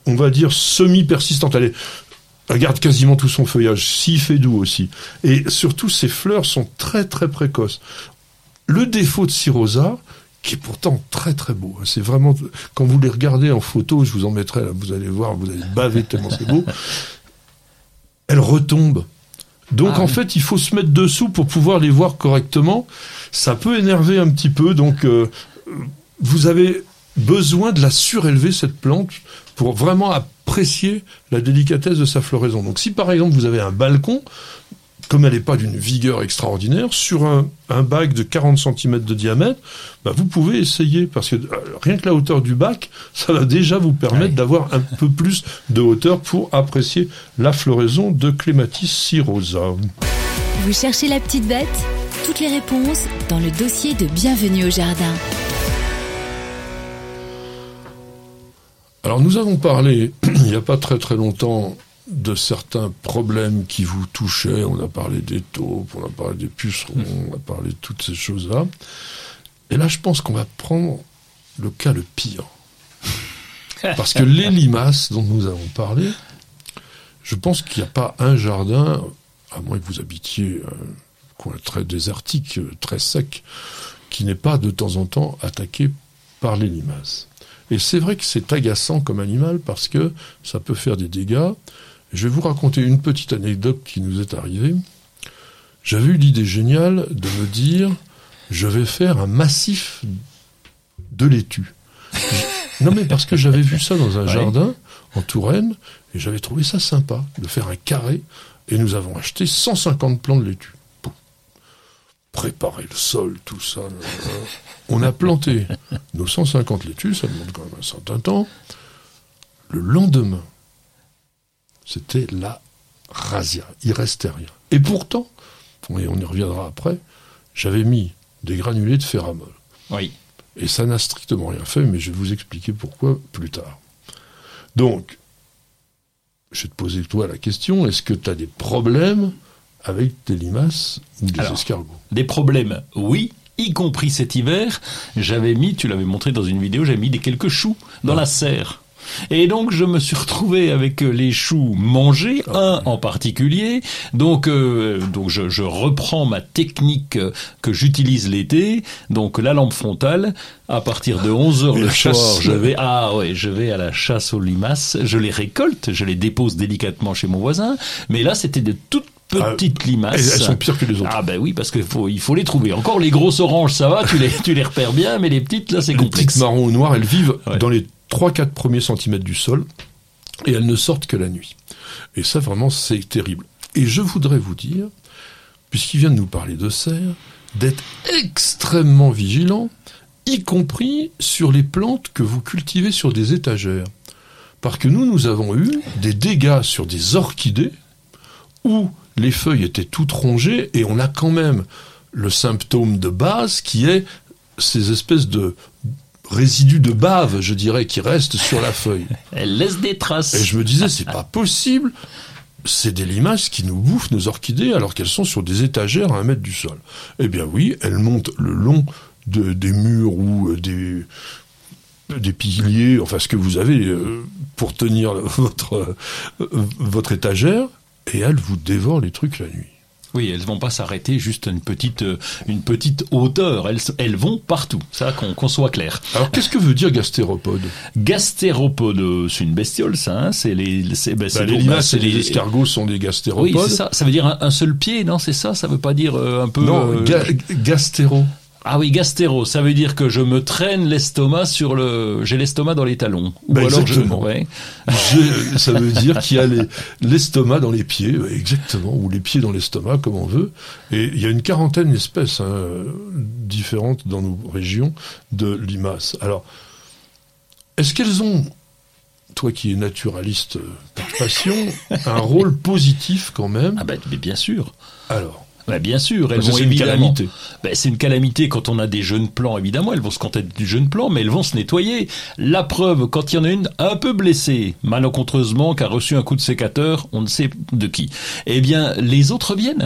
on va dire, semi-persistante. Elle, est, elle garde quasiment tout son feuillage, s'il fait doux aussi. Et surtout, ses fleurs sont très très précoces. Le défaut de Cirosa, qui est pourtant très très beau, c'est vraiment, quand vous les regardez en photo, je vous en mettrai là, vous allez voir, vous allez baver tellement c'est beau, elle retombe. Donc ah, en oui. fait, il faut se mettre dessous pour pouvoir les voir correctement. Ça peut énerver un petit peu, donc euh, vous avez besoin de la surélever, cette plante, pour vraiment apprécier la délicatesse de sa floraison. Donc si par exemple vous avez un balcon, comme elle n'est pas d'une vigueur extraordinaire, sur un, un bac de quarante centimètres de diamètre, bah vous pouvez essayer, parce que euh, rien que la hauteur du bac, ça va déjà vous permettre oui. d'avoir un peu plus de hauteur pour apprécier la floraison de Clématis cirosa. Vous cherchez la petite bête ? Toutes les réponses dans le dossier de Bienvenue au Jardin. Alors nous avons parlé, il n'y a pas très très longtemps, de certains problèmes qui vous touchaient. On a parlé des taupes, on a parlé des pucerons, on a parlé de toutes ces choses-là. Et là, je pense qu'on va prendre le cas le pire. Parce que les limaces dont nous avons parlé, je pense qu'il n'y a pas un jardin, à moins que vous habitiez un coin très désertique, très sec, qui n'est pas de temps en temps attaqué par les limaces. Et c'est vrai que c'est agaçant comme animal parce que ça peut faire des dégâts. Je vais vous raconter une petite anecdote qui nous est arrivée. J'avais eu l'idée géniale de me dire, je vais faire un massif de laitue. Non mais parce que j'avais vu ça dans un ouais. jardin en Touraine et j'avais trouvé ça sympa de faire un carré et nous avons acheté cent cinquante plants de laitue. Pour préparer le sol, tout ça. On a planté nos cent cinquante laitues, ça demande quand même un certain temps. Le lendemain, c'était la razzia. Il restait rien. Et pourtant, et on y reviendra après, j'avais mis des granulés de ferramol. Oui. Et ça n'a strictement rien fait, mais je vais vous expliquer pourquoi plus tard. Donc, je vais te poser toi la question, est-ce que tu as des problèmes avec des limaces ou des Alors, escargots ? Des problèmes, oui, y compris cet hiver. J'avais mis, tu l'avais montré dans une vidéo, j'avais mis des quelques choux dans ah. la serre. Et donc je me suis retrouvé avec les choux mangés, un en particulier. Donc euh, donc je, je reprends ma technique que j'utilise l'été. Donc la lampe frontale. À partir de onze heures le soir, je vais ah ouais, je vais à la chasse aux limaces. Je les récolte, je les dépose délicatement chez mon voisin. Mais là, c'était de toutes petites limaces. Elles sont pires que les autres. Ah ben oui, parce qu'il faut il faut les trouver. Encore les grosses oranges, ça va, tu les tu les repères bien, mais les petites là, c'est les complexe. Les petites marron ou noires, elles vivent ouais. dans les trois quatre premiers centimètres du sol et elles ne sortent que la nuit. Et ça, vraiment, c'est terrible. Et je voudrais vous dire, puisqu'il vient de nous parler de serre, d'être extrêmement vigilant, y compris sur les plantes que vous cultivez sur des étagères. Parce que nous, nous avons eu des dégâts sur des orchidées où les feuilles étaient toutes rongées et on a quand même le symptôme de base qui est ces espèces de résidus de bave, je dirais, qui restent sur la feuille. Elle laisse des traces. Et je me disais, c'est pas possible. C'est des limaces qui nous bouffent nos orchidées alors qu'elles sont sur des étagères à un mètre du sol. Eh bien oui, elles montent le long de, des murs ou des, des piliers, enfin ce que vous avez euh, pour tenir votre, euh, votre étagère, et elles vous dévorent les trucs la nuit. Oui, elles vont pas s'arrêter juste à une petite, une petite hauteur. Elles, elles vont partout. Ça, qu'on, qu'on soit clair. Alors, qu'est-ce que veut dire gastéropode ? Gastéropode, c'est une bestiole, ça. Hein, c'est les, c'est, ben, c'est bah, les donc, limaces ben, et les, les escargots sont des gastéropodes. Oui, c'est ça. Ça veut dire un, un seul pied, non ? C'est ça ? Ça veut pas dire euh, un peu. Non, euh, ga- gastéro. Ah oui, gastéro, ça veut dire que je me traîne l'estomac sur le... J'ai l'estomac dans les talons. Ou ben alors exactement. Je... Ouais. Je... Ça veut dire qu'il y a les... l'estomac dans les pieds, exactement, ou les pieds dans l'estomac, comme on veut. Et il y a une quarantaine d'espèces hein, différentes dans nos régions de limaces. Alors, est-ce qu'elles ont, toi qui es naturaliste par passion, un rôle positif quand même ? Ah ben, mais bien sûr. Alors Bah bien sûr, elles Parce vont c'est évidemment. Une calamité. Ben, c'est une calamité quand on a des jeunes plants, évidemment. Elles vont se contenter du jeune plant, mais elles vont se nettoyer. La preuve, quand il y en a une un peu blessée, malencontreusement, qui a reçu un coup de sécateur, on ne sait de qui. Eh bien, les autres viennent.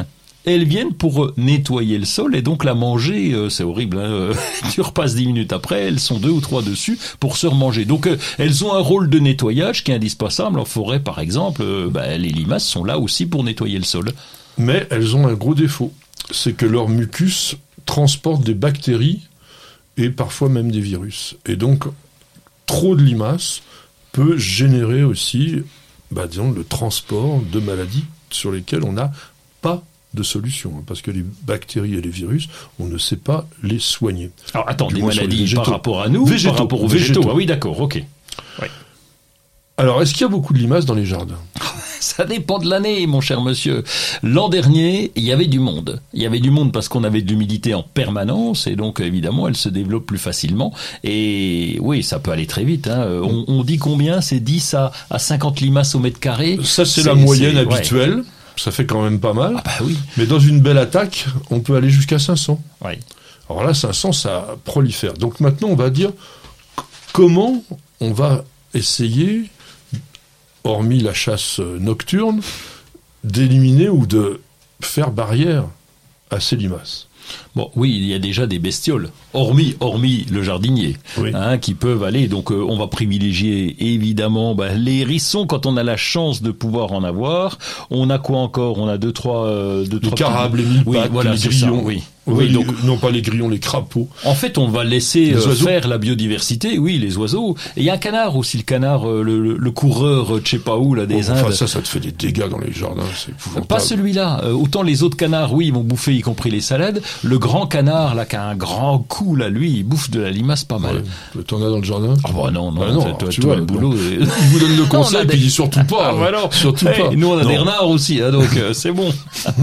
elles viennent pour nettoyer le sol et donc la manger. Euh, c'est horrible, hein. Tu repasses dix minutes après, elles sont deux ou trois dessus pour se remanger. Donc euh, elles ont un rôle de nettoyage qui est indispensable. En forêt, par exemple, euh, bah, les limaces sont là aussi pour nettoyer le sol. Mais elles ont un gros défaut, c'est que leur mucus transporte des bactéries et parfois même des virus. Et donc, trop de limaces peut générer aussi, bah, disons, le transport de maladies sur lesquelles on n'a pas de solution. Parce que les bactéries et les virus, on ne sait pas les soigner. Alors attends, Du des moins sur les maladies végétaux. par rapport à nous, Végétaux, par rapport aux végétaux. végétaux. Ah oui, d'accord, ok. Ouais. Alors, est-ce qu'il y a beaucoup de limaces dans les jardins ? Ça dépend de l'année, mon cher monsieur. L'an dernier, il y avait du monde. Il y avait du monde parce qu'on avait de l'humidité en permanence et donc évidemment, elle se développe plus facilement. Et oui, ça peut aller très vite. Hein. On, on dit combien ? C'est dix à cinquante limaces au mètre carré. Ça, c'est, c'est la moyenne c'est, habituelle. Ouais. Ça fait quand même pas mal. Ah bah oui. Mais dans une belle attaque, on peut aller jusqu'à cinq cents. Ouais. Alors là, cinq cents, ça prolifère. Donc maintenant, on va dire c- comment on va essayer, hormis la chasse nocturne, d'éliminer ou de faire barrière à ces limaces. Bon, oui, il y a déjà des bestioles, hormis, hormis le jardinier, Oui. hein, qui peuvent aller. Donc, euh, on va privilégier évidemment bah, les hérissons quand on a la chance de pouvoir en avoir. On a quoi encore ? On a deux, trois, euh, deux, Les trois carabes, petits- les mille-pattes, oui, voilà, les c'est grillons. ça, oui. Oui, Oui, les- donc non pas les grillons, les crapauds. en fait, on va laisser Les euh, oiseaux. faire la biodiversité. Oui, les oiseaux. Et il y a un canard aussi, le canard, euh, le, le, le coureur, euh, je sais pas où là, des Bon, enfin, Indes. ça, ça te fait des dégâts dans les jardins, c'est épouvantable. Pas celui-là. Euh, autant les autres canards, oui, ils vont bouffer, y compris les salades. Le grand canard, là, qui a un grand cou, là, lui, il bouffe de la limace pas mal. Ouais. T'en as dans le jardin ? Ah bah non, non, Bah non, toi, alors, toi, tu toi, vois, le boulot. donc, est- Il vous donne le Non, on a conseil, des- puis il dit surtout pas. Ah bah non. Surtout Hey, pas. nous, on a Non. des renards aussi, hein, donc euh, c'est bon.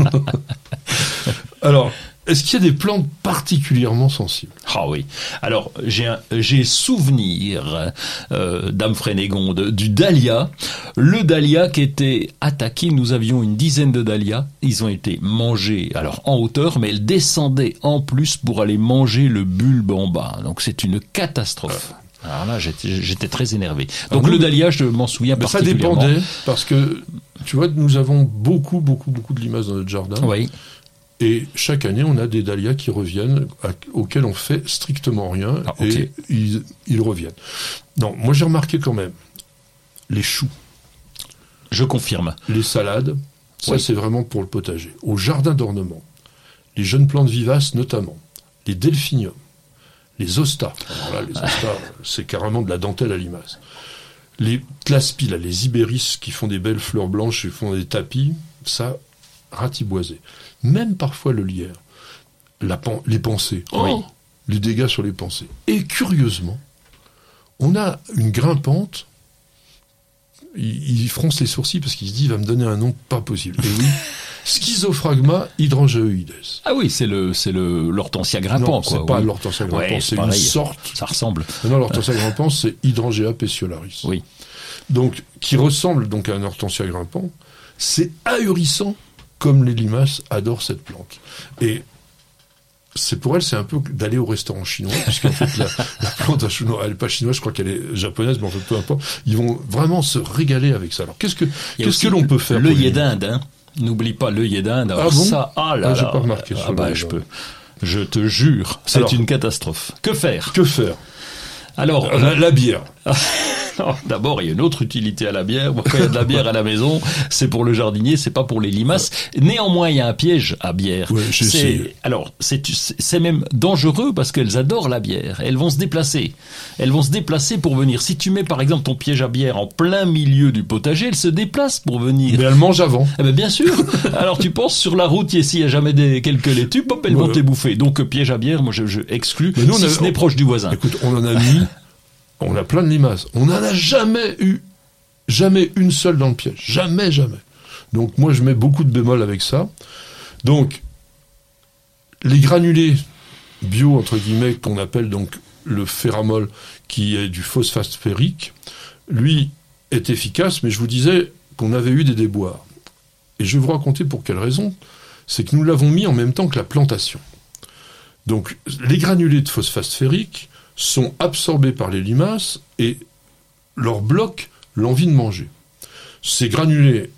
Alors, est-ce qu'il y a des plantes particulièrement sensibles ? Ah oui. Alors, j'ai un, j'ai souvenir, euh, Dame Frénégonde, du dahlia. Le dahlia qui était attaqué, nous avions une dizaine de dahlias. Ils ont été mangés, alors en hauteur, mais elles descendaient en plus pour aller manger le bulbe en bas. Donc c'est une catastrophe. Alors là, j'étais, j'étais très énervé. Donc Alors, le nous, dahlia, je m'en souviens Ben, ça particulièrement. dépendait, parce que, tu vois, nous avons beaucoup, beaucoup, beaucoup de limaces dans notre jardin. Oui. Et chaque année, on a des dahlias qui reviennent, à- auxquels on fait strictement rien, Ah, ok. et ils, ils reviennent. Non, moi j'ai remarqué quand même, les choux, Je confirme. les salades, ça Oui. c'est vraiment pour le potager. Au jardin d'ornement, les jeunes plantes vivaces notamment, les delphiniums, les ostas, alors là, les ostas, c'est carrément de la dentelle à limace. Les tlaspis, là, les ibéris qui font des belles fleurs blanches et font des tapis, ça, ratiboisé. Même parfois le lierre, la pen- les pensées, Oui. oh, les dégâts sur les pensées. Et curieusement, on a une grimpante, il, il fronce les sourcils parce qu'il se dit, il va me donner un nom pas possible. Et oui, Schizophragma hydrangeoides. Ah oui, c'est le, c'est le, l'hortensia grimpant, Non, quoi. c'est pas oui. l'hortensia grimpant, Ouais, c'est pareil. une sorte. Ça ressemble. Non, l'hortensia grimpant, c'est Hydrangea peciolaris. Oui. Donc, qui ressemble donc à un hortensia grimpant. C'est ahurissant comme les limaces adorent cette plante. Et c'est pour elle, c'est un peu d'aller au restaurant chinois, puisqu'en fait, la, la plante chinoise, elle n'est pas chinoise, je crois qu'elle est japonaise, mais en fait, peu importe. Ils vont vraiment se régaler avec ça. Alors, qu'est-ce que, Il y a qu'est-ce aussi que l'on peut faire pour l'œillet les- d'Inde, hein. N'oublie pas l'œillet d'Inde. Alors Ah bon ça, ah là Ah, j'ai là. pas remarqué Ah sur bah, l'œillet je d'Inde. peux. Je te jure, c'est Alors- une catastrophe. Que faire? Que faire Alors, la, la bière. non, d'abord, il y a une autre utilité à la bière. Bon, quand il y a de la bière à la maison, c'est pour le jardinier, c'est pas pour les limaces. Néanmoins, il y a un piège à bière. Ouais, j'ai c'est, essayé. alors, c'est, c'est même dangereux parce qu'elles adorent la bière. Elles vont se déplacer. Elles vont se déplacer pour venir. Si tu mets, par exemple, ton piège à bière en plein milieu du potager, elles se déplacent pour venir. Mais elle mange avant. Eh ben bien sûr. Alors tu penses sur la route, s'il y a jamais des quelques laitues, hop, elles Ouais. vont te les bouffer. Donc euh, piège à bière, moi je, je exclus. Mais nous, on si a- ce n'est proche du voisin. Écoute, on en a mis, on a plein de limaces. On n'en a jamais eu, jamais une seule dans le piège. Jamais, jamais. Donc moi, je mets beaucoup de bémol avec ça. Donc, les granulés bio, entre guillemets, qu'on appelle donc le ferramol, qui est du phosphate ferrique, lui est efficace, mais je vous disais qu'on avait eu des déboires. Et je vais vous raconter pour quelle raison. C'est que nous l'avons mis en même temps que la plantation. Donc, les granulés de phosphate ferrique sont absorbés par les limaces et leur bloquent l'envie de manger. Ces granulés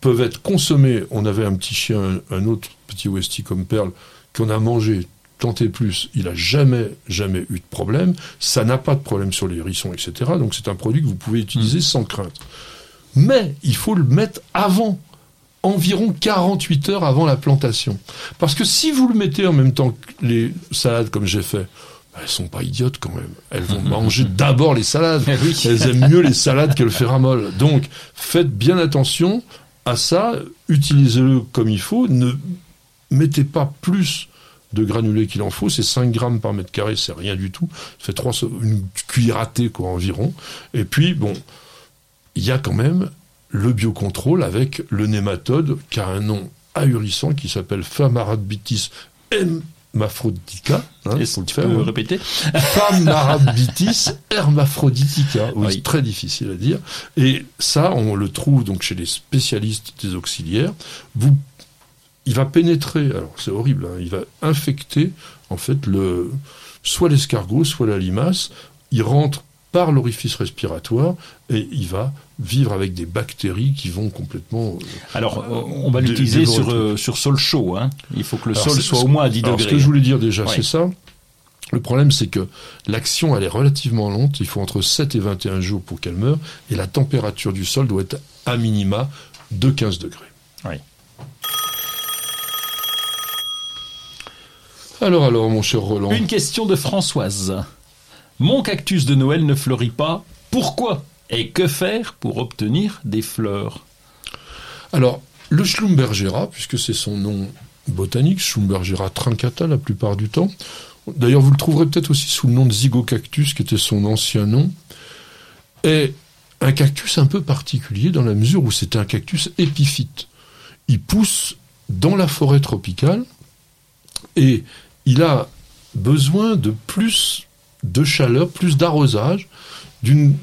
peuvent être consommés. On avait un petit chien, un, un autre petit Westie comme Perle, qu'on a mangé tant et plus, il n'a jamais, jamais eu de problème. Ça n'a pas de problème sur les hérissons, et cetera. Donc c'est un produit que vous pouvez utiliser mmh. sans crainte. Mais il faut le mettre avant, environ quarante-huit heures avant la plantation. Parce que si vous le mettez en même temps que les salades, comme j'ai fait, elles sont pas idiotes quand même. Elles vont manger d'abord les salades. Oui. Elles aiment mieux les salades que le ferramol. Donc faites bien attention à ça. Utilisez-le comme il faut. Ne mettez pas plus de granulés qu'il en faut, c'est cinq grammes par mètre carré, c'est rien du tout. Ça fait trois, une cuillère à thé, quoi, environ. Et puis, bon, il y a quand même le biocontrôle avec le nématode qui a un nom ahurissant qui s'appelle Phamarabditis hermaphroditica. Hein, Est-ce que tu peux hein. répéter Phamarabditis hermaphroditica. Oui, oui. C'est très difficile à dire. Et ça, on le trouve donc chez les spécialistes des auxiliaires. Vous Il va pénétrer, alors c'est horrible, hein, il va infecter en fait le, soit l'escargot, soit la limace. Il rentre par l'orifice respiratoire et il va vivre avec des bactéries qui vont complètement. Euh, alors on va l'utiliser sur euh, sur sol chaud. Hein. Il faut que le alors, sol soit au moins à dix alors, degrés. Ce que je voulais dire déjà, ouais. c'est ça. Le problème, c'est que l'action, elle est relativement lente. Il faut entre sept et vingt et un jours pour qu'elle meure. Et la température du sol doit être à minima de quinze degrés. Oui. Alors, alors, mon cher Roland. Une question de Françoise. Mon cactus de Noël ne fleurit pas. Pourquoi ? Et que faire pour obtenir des fleurs ? Alors, le Schlumbergera, puisque c'est son nom botanique, Schlumbergera trincata la plupart du temps. D'ailleurs, vous le trouverez peut-être aussi sous le nom de zygocactus, qui était son ancien nom, est un cactus un peu particulier dans la mesure où c'est un cactus épiphyte. Il pousse dans la forêt tropicale et il a besoin de plus de chaleur, plus d'arrosage, d'une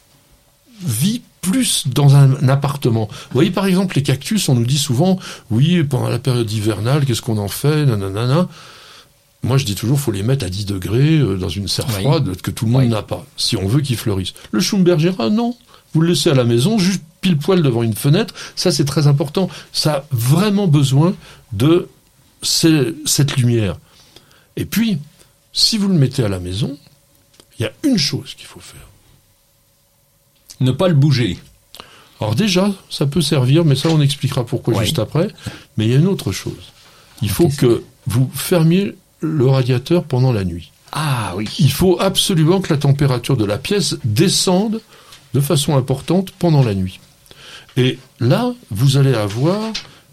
vie plus dans un appartement. Vous voyez, par exemple, les cactus, on nous dit souvent, oui, pendant la période hivernale, qu'est-ce qu'on en fait, nanana. Moi, je dis toujours, faut les mettre à dix degrés, euh, dans une serre oui. froide, que tout le monde oui. n'a pas, si on veut qu'ils fleurissent. Le Schlumbergera, non. Vous le laissez à la maison, juste pile poil devant une fenêtre. Ça, c'est très important. Ça a vraiment besoin de ces, cette lumière. Et puis, si vous le mettez à la maison, il y a une chose qu'il faut faire. Ne pas le bouger. Alors déjà, ça peut servir, mais ça, on expliquera pourquoi oui. juste après. Mais il y a une autre chose. Il faut Qu'est-ce que vous fermiez le radiateur pendant la nuit. Ah oui. Il faut absolument que la température de la pièce descende de façon importante pendant la nuit. Et là, vous allez avoir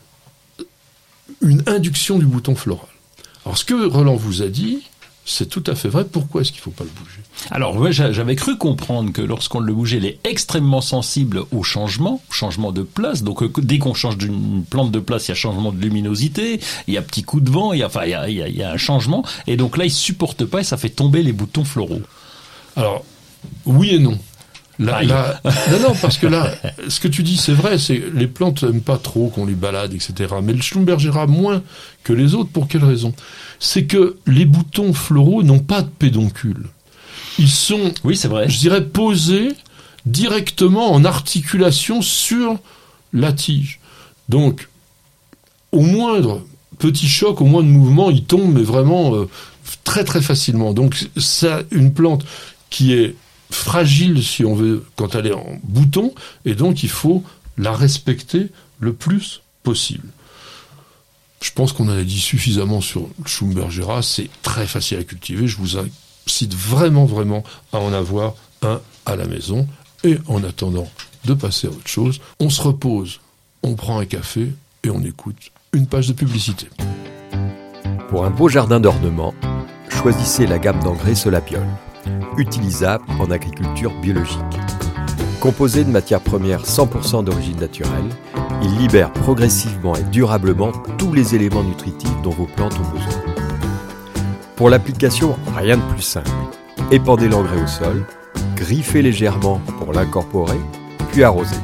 une induction du bouton floral. Alors, ce que Roland vous a dit, c'est tout à fait vrai. Pourquoi est-ce qu'il ne faut pas le bouger ? Alors, ouais, j'avais cru comprendre que lorsqu'on le bougeait, il est extrêmement sensible au changement, au changement de place. Donc, euh, dès qu'on change d'une plante de place, il y a changement de luminosité, il y a petit coup de vent, il y a, enfin, il y a, il y a, il y a un changement. Et donc là, il ne supporte pas et ça fait tomber les boutons floraux. Alors, oui et non. Là, là, non, non, parce que là, ce que tu dis, c'est vrai, c'est les plantes n'aiment pas trop qu'on les balade, et cetera. Mais le Schlumbergera moins que les autres, pour quelle raison ? C'est que les boutons floraux n'ont pas de pédoncule. Ils sont, oui, c'est vrai. je dirais, posés directement en articulation sur la tige. Donc, au moindre petit choc, au moindre mouvement, ils tombent, mais vraiment euh, très très facilement. Donc, c'est une plante qui est fragile, si on veut, quand elle est en bouton, et donc il faut la respecter le plus possible. Je pense qu'on en a dit suffisamment sur le Schlumbergera, c'est très facile à cultiver, je vous incite vraiment, vraiment à en avoir un à la maison, et en attendant de passer à autre chose, on se repose, on prend un café, et on écoute une page de publicité. Pour un beau jardin d'ornement, choisissez la gamme d'engrais Solabiol. Utilisable en agriculture biologique. Composé de matières premières cent pour cent d'origine naturelle, il libère progressivement et durablement tous les éléments nutritifs dont vos plantes ont besoin. Pour l'application, rien de plus simple. Épandez l'engrais au sol, griffez légèrement pour l'incorporer, puis arrosez.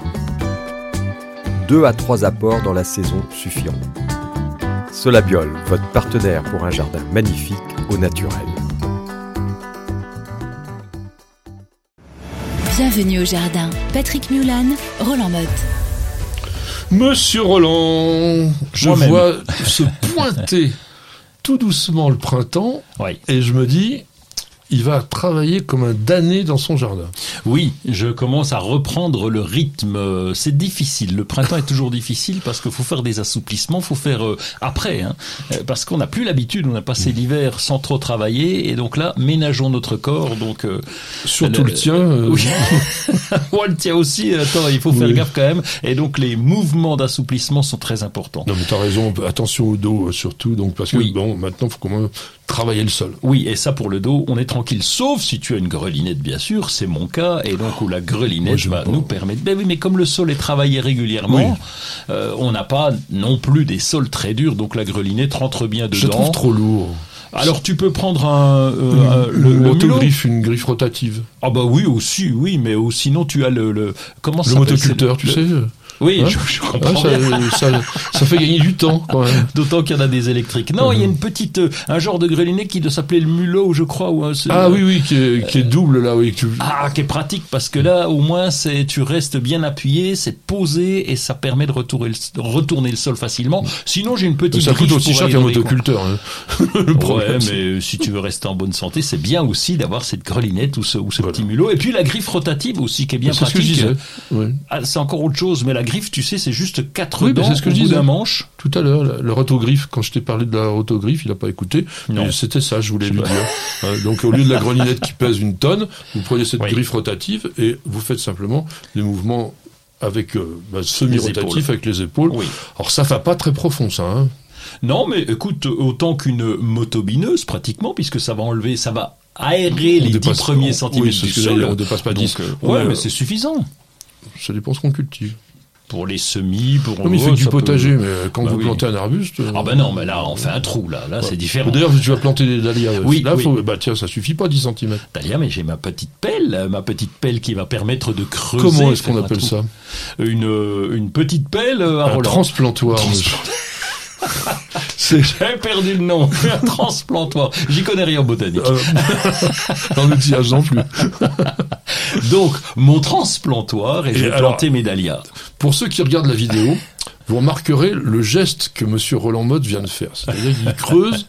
Deux à trois apports dans la saison suffiront. Solabiol, votre partenaire pour un jardin magnifique au naturel. Bienvenue au jardin. Patrick Mulan, Roland Motte. Monsieur Roland, je Moi-même. vois se pointer tout doucement le printemps, Oui. et je me dis, il va travailler comme un damné dans son jardin. Oui, je commence à reprendre le rythme. C'est difficile. Le printemps est toujours difficile parce qu'il faut faire des assouplissements, faut faire euh, après, hein, parce qu'on n'a plus l'habitude. On a passé l'hiver sans trop travailler, et donc là, ménageons notre corps. Donc euh, Surtout le, le tien. Euh... Oui. Moi, le tien aussi. Attends, il faut faire Oui. gaffe quand même. Et donc les mouvements d'assouplissement sont très importants. Non mais t'as raison, attention au dos euh, surtout, donc parce que Oui. bon, maintenant faut quand même travailler le sol. Oui, et ça pour le dos, on est tranquille, sauf si tu as une grelinette, bien sûr, c'est mon cas, et donc où la Moi, grelinette j'aime va pas. nous permettre... Ben oui, mais comme le sol est travaillé régulièrement, Oui. euh, on n'a pas non plus des sols très durs, donc la grelinette rentre bien dedans. Je le trouve trop lourd. Alors tu peux prendre un, euh, Une, un- le, une le autogriffe, une griffe rotative. mulot. Ah bah oui aussi, oui, mais ou sinon tu as le... le comment ça Le s'appelle, motoculteur, c'est tu le- sais. Oui, Hein je, je Ah, comprends bien. ça, ça, ça fait gagner du temps quand même. D'autant qu'il y en a des électriques. Non, Mhm. il y a une petite, euh, un genre de grelinette qui doit s'appeler le mulot, je crois. Ou un, c'est- Ah oui, oui, qui est, qui est double là, oui. Que tu... Ah, qui est pratique parce que là, au moins, c'est tu restes bien appuyé, c'est posé et ça permet de retourner le, retourner le sol facilement. Sinon, j'ai une petite. Ça coûte griffe aussi pour cher aller qu'un dans les coins. motoculteur. Hein. Le Ouais, problème, c'est- mais si tu veux rester en bonne santé, c'est bien aussi d'avoir cette grelinette ou ce, ou ce Voilà. petit mulot. Et puis la griffe rotative aussi, qui est bien c'est ce que pratique. je disais. Oui. Ah, c'est encore autre chose, mais la griffe, tu sais, c'est juste quatre Oui, mais dents c'est ce que au je bout disais. d'un manche. Tout à l'heure, le rotogriffe, quand je t'ai parlé de la rotogriffe, il n'a pas écouté. Non. Mais c'était ça, je voulais Je lui sais dire. Euh, donc, au lieu de la grelinette qui pèse une tonne, vous prenez cette Oui. griffe rotative et vous faites simplement des mouvements avec euh, bah, Les semi-rotatifs épaules. avec les épaules. Oui. Alors, ça va pas très profond, ça. Hein. Non, mais écoute, autant qu'une motobineuse, pratiquement, puisque ça va enlever, ça va aérer On les dix dépasse- premiers on- centimètres oui, c'est du ce que j'allais sol. dire, on dépasse pas Donc, dix. euh, On ouais, est- mais c'est suffisant. Ça dépend ce qu'on cultive. Pour les semis, pour... Comme il ouais, fait du ça peut- potager, mais quand Bah vous oui. plantez un arbuste... Ah ben non, mais là, on fait un trou, là. Là, c'est différent. D'ailleurs, tu vas planter des dahlias. Oui, là, oui. faut, bah tiens, ça suffit pas, dix centimètres. D'ailleurs, mais j'ai ma petite pelle, euh, ma petite pelle qui va permettre de creuser. Comment est-ce qu'on faire un appelle trou. ça Une, euh, une petite pelle euh, à Un Roland. transplantoir. Transplantoir. C'est J'ai perdu le nom. Un transplantoir. J'y connais rien en botanique. euh, dans l'outillage non plus. Donc, mon transplantoir, et je Et vais alors- planter mes dahlias. Pour ceux qui regardent la vidéo, vous remarquerez le geste que Monsieur Roland Motte vient de faire. C'est-à-dire qu'il creuse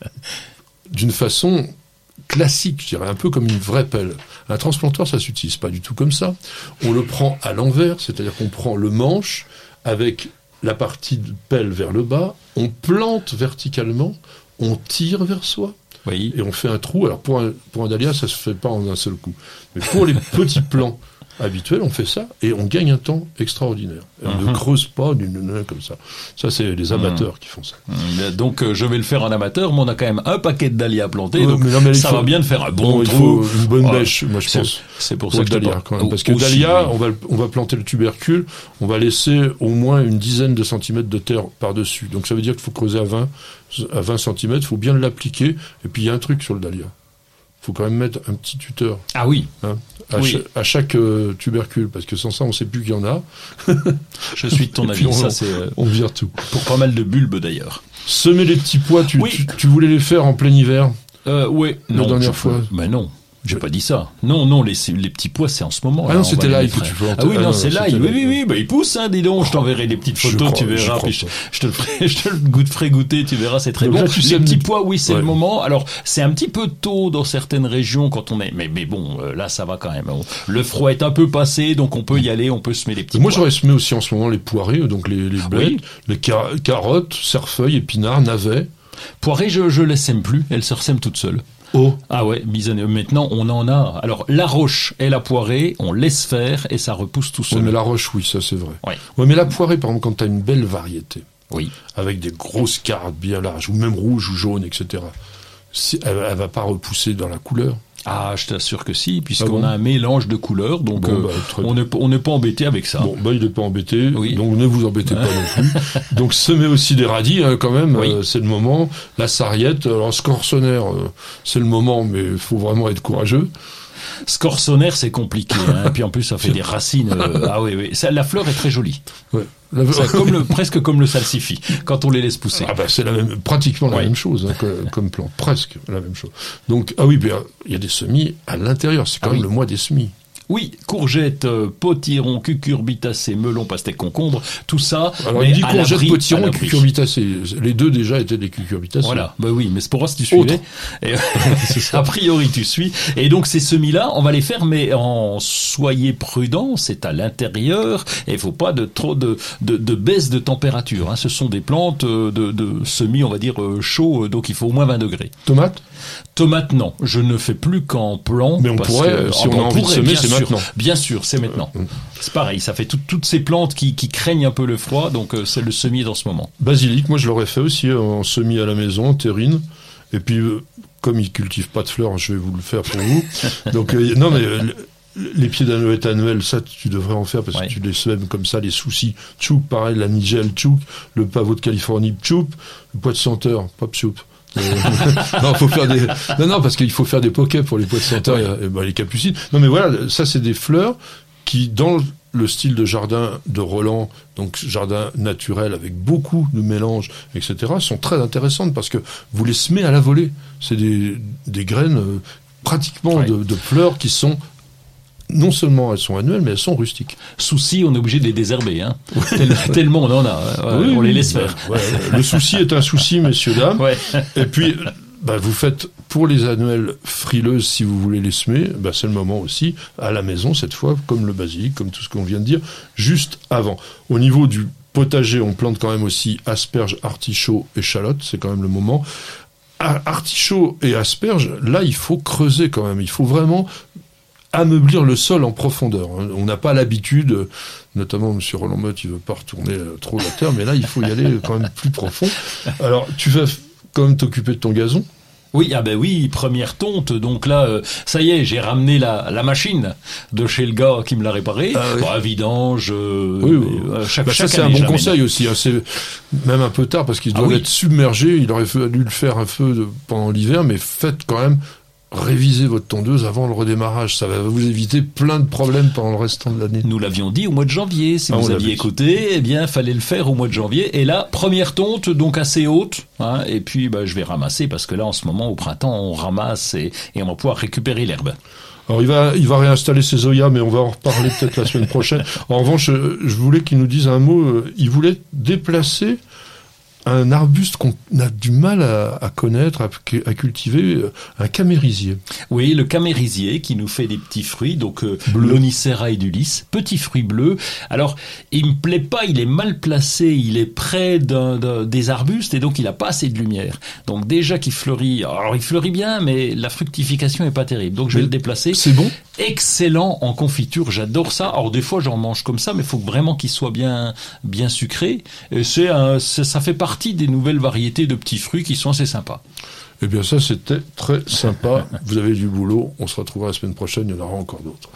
d'une façon classique, je dirais, un peu comme une vraie pelle. Un transplantoir, ça s'utilise pas du tout comme ça. On le prend à l'envers, c'est-à-dire qu'on prend le manche avec la partie de pelle vers le bas, on plante verticalement, on tire vers soi, Oui. et on fait un trou. Alors pour un, pour un dahlia, ça se fait pas en un seul coup. Mais pour les petits plants habituels, on fait ça, et on gagne un temps extraordinaire. Et on ne Mhm. creuse pas d'une d'une- comme ça. Ça, c'est les amateurs qui font ça. Euh, Donc, euh, je vais le faire en amateur, mais on a quand même un paquet de dahlias à planter, Ouais, donc mais non, mais il ça faut- va bien de faire un bon, Bon, il trou. faut une bonne Voilà. bêche, moi je C'est- pense. C'est pour Pour ça le que je te dahlia, parle. quand même. Parce que Aussi, dahlia, oui. on va, le- on va planter le tubercule, on va laisser au moins une dizaine de centimètres de terre par-dessus. Donc ça veut dire qu'il faut creuser à vingt, à vingt centimètres, il faut bien l'appliquer. Et puis il y a un truc sur le dahlia. Il faut quand même mettre un petit tuteur Ah oui, hein, à, Oui. cha- à chaque euh, tubercule, parce que sans ça, on ne sait plus qu'il y en a. je suis de ton Et puis avis. on- Ça, c'est euh, On vire tout. pour pas mal de bulbes d'ailleurs. Semer les petits pois, tu, Oui. tu, tu voulais les faire en plein hiver. Euh, ouais. La Non, dernière je- fois. Mais non. J'ai pas dit ça. Non, non, les, les petits pois, c'est en ce moment. Ah là, non, on c'était va l'ail les que faire. tu plantais. Ah oui, Ah non, non, c'est c'était l'ail. Oui, l'ail. oui, oui, bah, il pousse, hein, dis donc. Je t'enverrai des petites Je photos, crois- tu je verras. crois Puis je, pas. je te le ferai, je te le goût- ferai goûter, tu verras, c'est très Donc bon. là, tu les sèmes- petits pois, oui, c'est Ouais. le moment. Alors, c'est un petit peu tôt dans certaines régions quand on est, mais, mais bon, euh, là, ça va quand même. On- Le froid est un peu passé, donc on peut y aller, on peut semer les petits Moi, pois. j'aurais semé aussi en ce moment les poirées, donc les, les blettes, Oui. les car- carottes, cerfeuilles, épinards, navets. Poirée, je, je les sème plus. Elles se ressèment toutes seules. Oh, Ah ouais, bisonne- maintenant on en a. Alors la roche et la poirée, on laisse faire et ça repousse tout ouais, seul. mais la roche, oui, ça c'est vrai. Ouais. Ouais, mais la poirée, par exemple, quand tu as une belle variété, Oui. avec des grosses carottes bien larges, ou même rouges ou jaunes, et cetera, si, elle, elle va pas repousser dans la couleur. Ah, je t'assure que si, puisqu'on Ah bon a un mélange de couleurs, donc Bon, euh, bah, très on n'est on n'est pas embêté avec ça. Bon, bah, il n'est pas embêté, Oui. donc ne vous embêtez pas non plus. Donc, semez aussi des radis, hein, quand même, Oui. euh, c'est le moment. La sarriette, alors, scorsonnaire, euh, c'est le moment, mais il faut vraiment être courageux. Scorsonnaire, c'est compliqué, hein, et puis en plus ça fait des racines. euh, ah oui, oui. Ça, la fleur est très jolie. Ouais. La- C'est comme le, presque comme le salsifis, quand on les laisse pousser. Ah bah c'est la même, pratiquement la Ouais. même chose hein, que- comme plante, presque la même chose. Donc ah oui, ben, il y a des semis à l'intérieur. C'est quand Ah même oui. le mois des semis. Oui, courgettes, euh, potiron, cucurbitacées, melon, pastèque, concombre, tout ça. Alors, mais il dit à courgettes, l'abri, potiron à et l'abri. cucurbitacées. Les deux déjà étaient des cucurbitacées. Voilà, bah oui, mais c'est pour voir si tu suivais. Et, a priori, tu suis. Et donc, ces semis-là, on va les faire, mais en soyez prudents, c'est à l'intérieur, et il faut pas de trop de, de, de baisse de température, hein. Ce sont des plantes de, de semis, on va dire, chauds, donc il faut au moins vingt degrés. Tomates? Tomates, non. Je ne fais plus qu'en plant. Mais on parce pourrait, que, si oh, on a envie de pourrait, semer, bien c'est sûr. maintenant. Bien sûr, c'est maintenant. Mmh. C'est pareil, ça fait tout, toutes ces plantes qui, qui craignent un peu le froid, donc euh, c'est le semis dans ce moment. Basilic, moi je l'aurais fait aussi en semis à la maison, en terrine. Et puis, euh, comme ils cultivent pas de fleurs, je vais vous le faire pour vous. Donc, euh, non mais... Euh, les pieds d'anoët annuels, ça tu devrais en faire parce ouais. que tu les sèmes comme ça, les soucis tchouk, pareil, la nigelle tchouk, le pavot de Californie tchouk, le pois de senteur, pop choup. Euh, non, faut faire des, non, non, parce qu'il faut faire des pokés pour les pois de senteur, et, et, bah, les capucines. Non, mais voilà, ça c'est des fleurs qui, dans le style de jardin de Roland, donc jardin naturel avec beaucoup de mélanges, et cetera, sont très intéressantes parce que vous les semez à la volée. C'est des, des graines euh, pratiquement ouais. de, de fleurs qui sont non seulement elles sont annuelles, mais elles sont rustiques. Souci, on est obligé de les désherber, hein. Tel, tellement on en a, ouais, oui, on les oui, laisse bah, faire. Ouais, le souci est un souci, messieurs, dames. Ouais. Et puis, bah, vous faites, pour les annuelles frileuses, si vous voulez les semer, bah, c'est le moment aussi, à la maison, cette fois, comme le basilic, comme tout ce qu'on vient de dire, juste avant. Au niveau du potager, on plante quand même aussi asperges, artichauts, échalotes, c'est quand même le moment. Artichauts et asperges, là, il faut creuser quand même. Il faut vraiment ameublir le sol en profondeur. On n'a pas l'habitude, notamment M. Roland Motte, il veut pas retourner trop la terre, mais là, il faut y aller quand même plus profond. Alors, tu vas quand même t'occuper de ton gazon? Oui, ah ben oui, première tonte, donc là, euh, ça y est, j'ai ramené la, la machine de chez le gars qui me l'a réparée. Ah, oui. Bon, vidange, euh, oui, oui. Euh, chaque, bah, chaque ça, c'est année, un bon conseil aussi. Hein. C'est même un peu tard parce qu'ils doivent ah, oui. être submergés. Il aurait fallu le faire un peu de, pendant l'hiver, mais faites quand même révisez votre tondeuse avant le redémarrage. Ça va vous éviter plein de problèmes pendant le restant de l'année. Nous l'avions dit au mois de janvier. Si ah, vous aviez écouté, eh bien, fallait le faire au mois de janvier. Et là, première tonte, donc assez haute. Hein, et puis, bah, je vais ramasser parce que là, en ce moment, au printemps, on ramasse et, et on va pouvoir récupérer l'herbe. Alors, il va, il va réinstaller ses Zoya, mais on va en reparler peut-être la semaine prochaine. En revanche, je voulais qu'il nous dise un mot. Il voulait déplacer un arbuste qu'on a du mal à, à connaître, à, à cultiver, un camérisier. Oui, le camérisier qui nous fait des petits fruits, donc euh, l'Onicera edulis, petits fruits bleus. Alors, il me plaît pas, il est mal placé, il est près d'un, d'un, des arbustes et donc il a pas assez de lumière. Donc déjà qu'il fleurit, alors il fleurit bien, mais la fructification est pas terrible. Donc je vais mais le déplacer. C'est bon. Excellent en confiture, j'adore ça. Alors des fois j'en mange comme ça, mais il faut vraiment qu'il soit bien bien sucré. Et c'est un, c'est, ça fait partie des nouvelles variétés de petits fruits qui sont assez sympas. Eh bien ça c'était très sympa. Vous avez du boulot, on se retrouvera la semaine prochaine, il y en aura encore d'autres.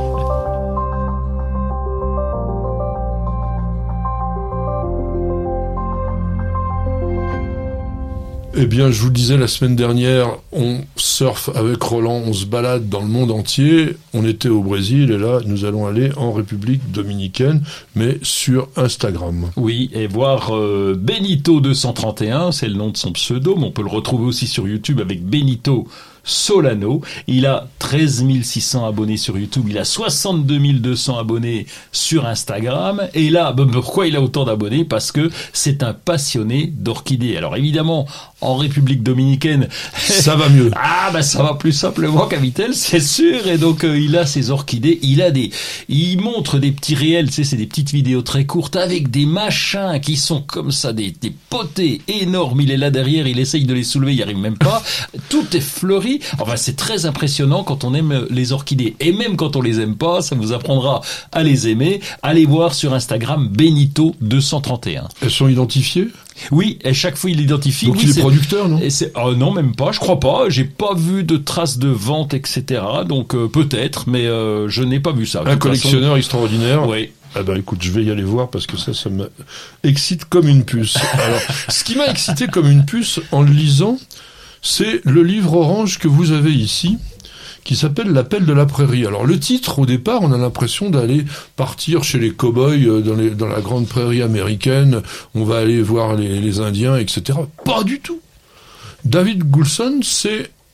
Eh bien, je vous le disais la semaine dernière, on surfe avec Roland, on se balade dans le monde entier. On était au Brésil et là, nous allons aller en République dominicaine, mais sur Instagram. Oui, et voir euh, Benito deux cent trente et un, c'est le nom de son pseudo, mais on peut le retrouver aussi sur YouTube avec Benito Solano. Il a treize mille six cents abonnés sur YouTube, il a soixante-deux mille deux cents abonnés sur Instagram. Et là, ben, pourquoi il a autant d'abonnés? Parce que c'est un passionné d'orchidées. Alors évidemment, en République dominicaine, ça va mieux. Ah ben ça va plus simplement qu'à Vittel, c'est sûr. Et donc euh, il a ses orchidées, il a des, il montre des petits réels, tu sais, c'est des petites vidéos très courtes avec des machins qui sont comme ça, des, des potées énormes. Il est là derrière, il essaye de les soulever, il n'y arrive même pas. Tout est fleuri. Enfin, c'est très impressionnant quand on aime les orchidées. Et même quand on les aime pas, ça vous apprendra à les aimer. Allez voir sur Instagram Benito deux cent trente et un. Elles sont identifiées? Oui, et chaque fois il l'identifie. Donc oui, il est c'est producteur, non? et c'est, oh, non, même pas, je crois pas. J'ai pas vu de traces de vente, et cetera. Donc euh, peut-être, mais euh, je n'ai pas vu ça. Un collectionneur façon, extraordinaire. Oui. Ah ben écoute, je vais y aller voir parce que ça, ça m'excite comme une puce. Alors, ce qui m'a excité comme une puce en le lisant, c'est le livre orange que vous avez ici, qui s'appelle L'appel de la prairie. Alors le titre, au départ, on a l'impression d'aller partir chez les cow-boys dans, les, dans la grande prairie américaine, on va aller voir les, les Indiens, et cetera. Pas du tout. David Goulson, c'est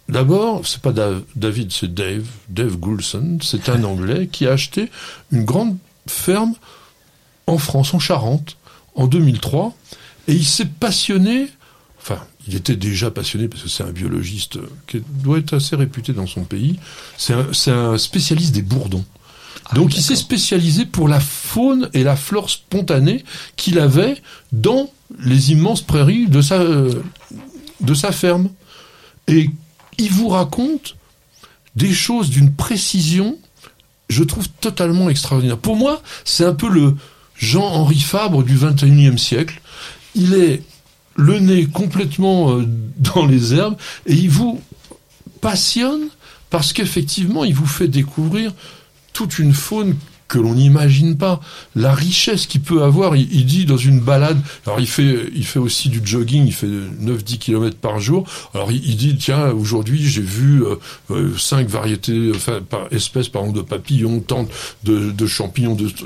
d'abord, c'est pas Da- David, c'est Dave, Dave Goulson, c'est un Anglais qui a acheté une grande ferme en France, en Charente, en deux mille trois, et il s'est passionné, enfin, il était déjà passionné parce que c'est un biologiste qui doit être assez réputé dans son pays, c'est un, c'est un spécialiste des bourdons. Ah, Donc d'accord. il s'est spécialisé pour la faune et la flore spontanée qu'il avait dans les immenses prairies de sa, euh, de sa ferme. Et il vous raconte des choses d'une précision, je trouve, totalement extraordinaire. Pour moi, c'est un peu le Jean-Henri Fabre du vingt et unième siècle. Il est le nez complètement euh, dans les herbes et il vous passionne parce qu'effectivement, il vous fait découvrir toute une faune que l'on n'imagine pas, la richesse qu'il peut avoir. Il, il dit dans une balade, alors il fait, il fait aussi du jogging, il fait neuf à dix kilomètres par jour. Alors il, il dit, tiens, aujourd'hui j'ai vu euh, euh, cinq variétés, enfin, par espèces, par exemple, de papillons, tant de, de champignons, de...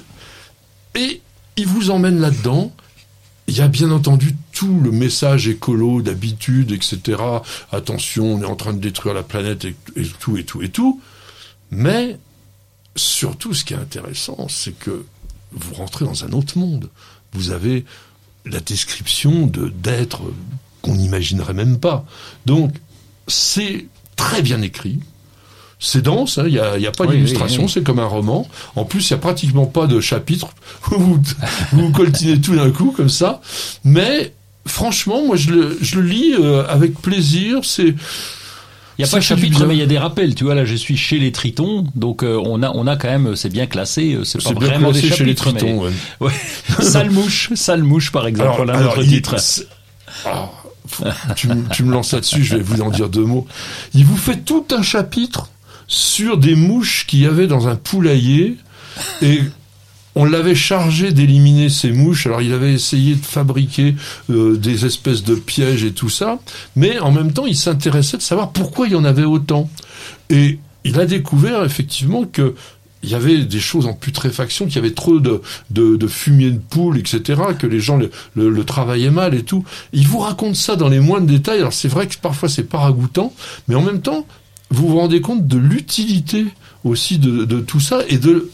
Et il vous emmène là-dedans. Il y a bien entendu tout le message écolo d'habitude, et cetera. Attention, on est en train de détruire la planète et, et tout, et tout, et tout. Mais surtout, ce qui est intéressant, c'est que vous rentrez dans un autre monde. Vous avez la description de, d'êtres qu'on n'imaginerait même pas. Donc, c'est très bien écrit. C'est dense, il hein, n'y a, y a pas oui, d'illustration, oui, oui. C'est comme un roman. En plus, il n'y a pratiquement pas de chapitres. vous, vous coltinez tout d'un coup, comme ça. Mais, franchement, moi, je le, je le lis euh, avec plaisir. C'est... Il n'y a ça pas de fait du chapitre, bien. mais il y a des rappels. Tu vois, là, je suis chez les tritons, donc euh, on a, on a quand même, c'est bien classé. C'est pas C'est bien vraiment des classé chez les chapitres, tritons. mais... Ouais. Ouais. Sale mouche, sale mouche, par exemple, Alors, on a alors, notre il- titre. c'est- Ah, faut- tu, me- tu me lances là-dessus, je vais vous en dire deux mots. Il vous fait tout un chapitre sur des mouches qu'il y avait dans un poulailler et on l'avait chargé d'éliminer ces mouches. Alors il avait essayé de fabriquer euh, des espèces de pièges et tout ça, mais en même temps il s'intéressait de savoir pourquoi il y en avait autant. Et il a découvert effectivement que il y avait des choses en putréfaction, qu'il y avait trop de, de, de fumier de poule, et cetera, que les gens le, le, le travaillaient mal et tout. Il vous raconte ça dans les moindres détails. Alors c'est vrai que parfois c'est pas ragoûtant, mais en même temps, vous vous rendez compte de l'utilité aussi de, de tout ça et de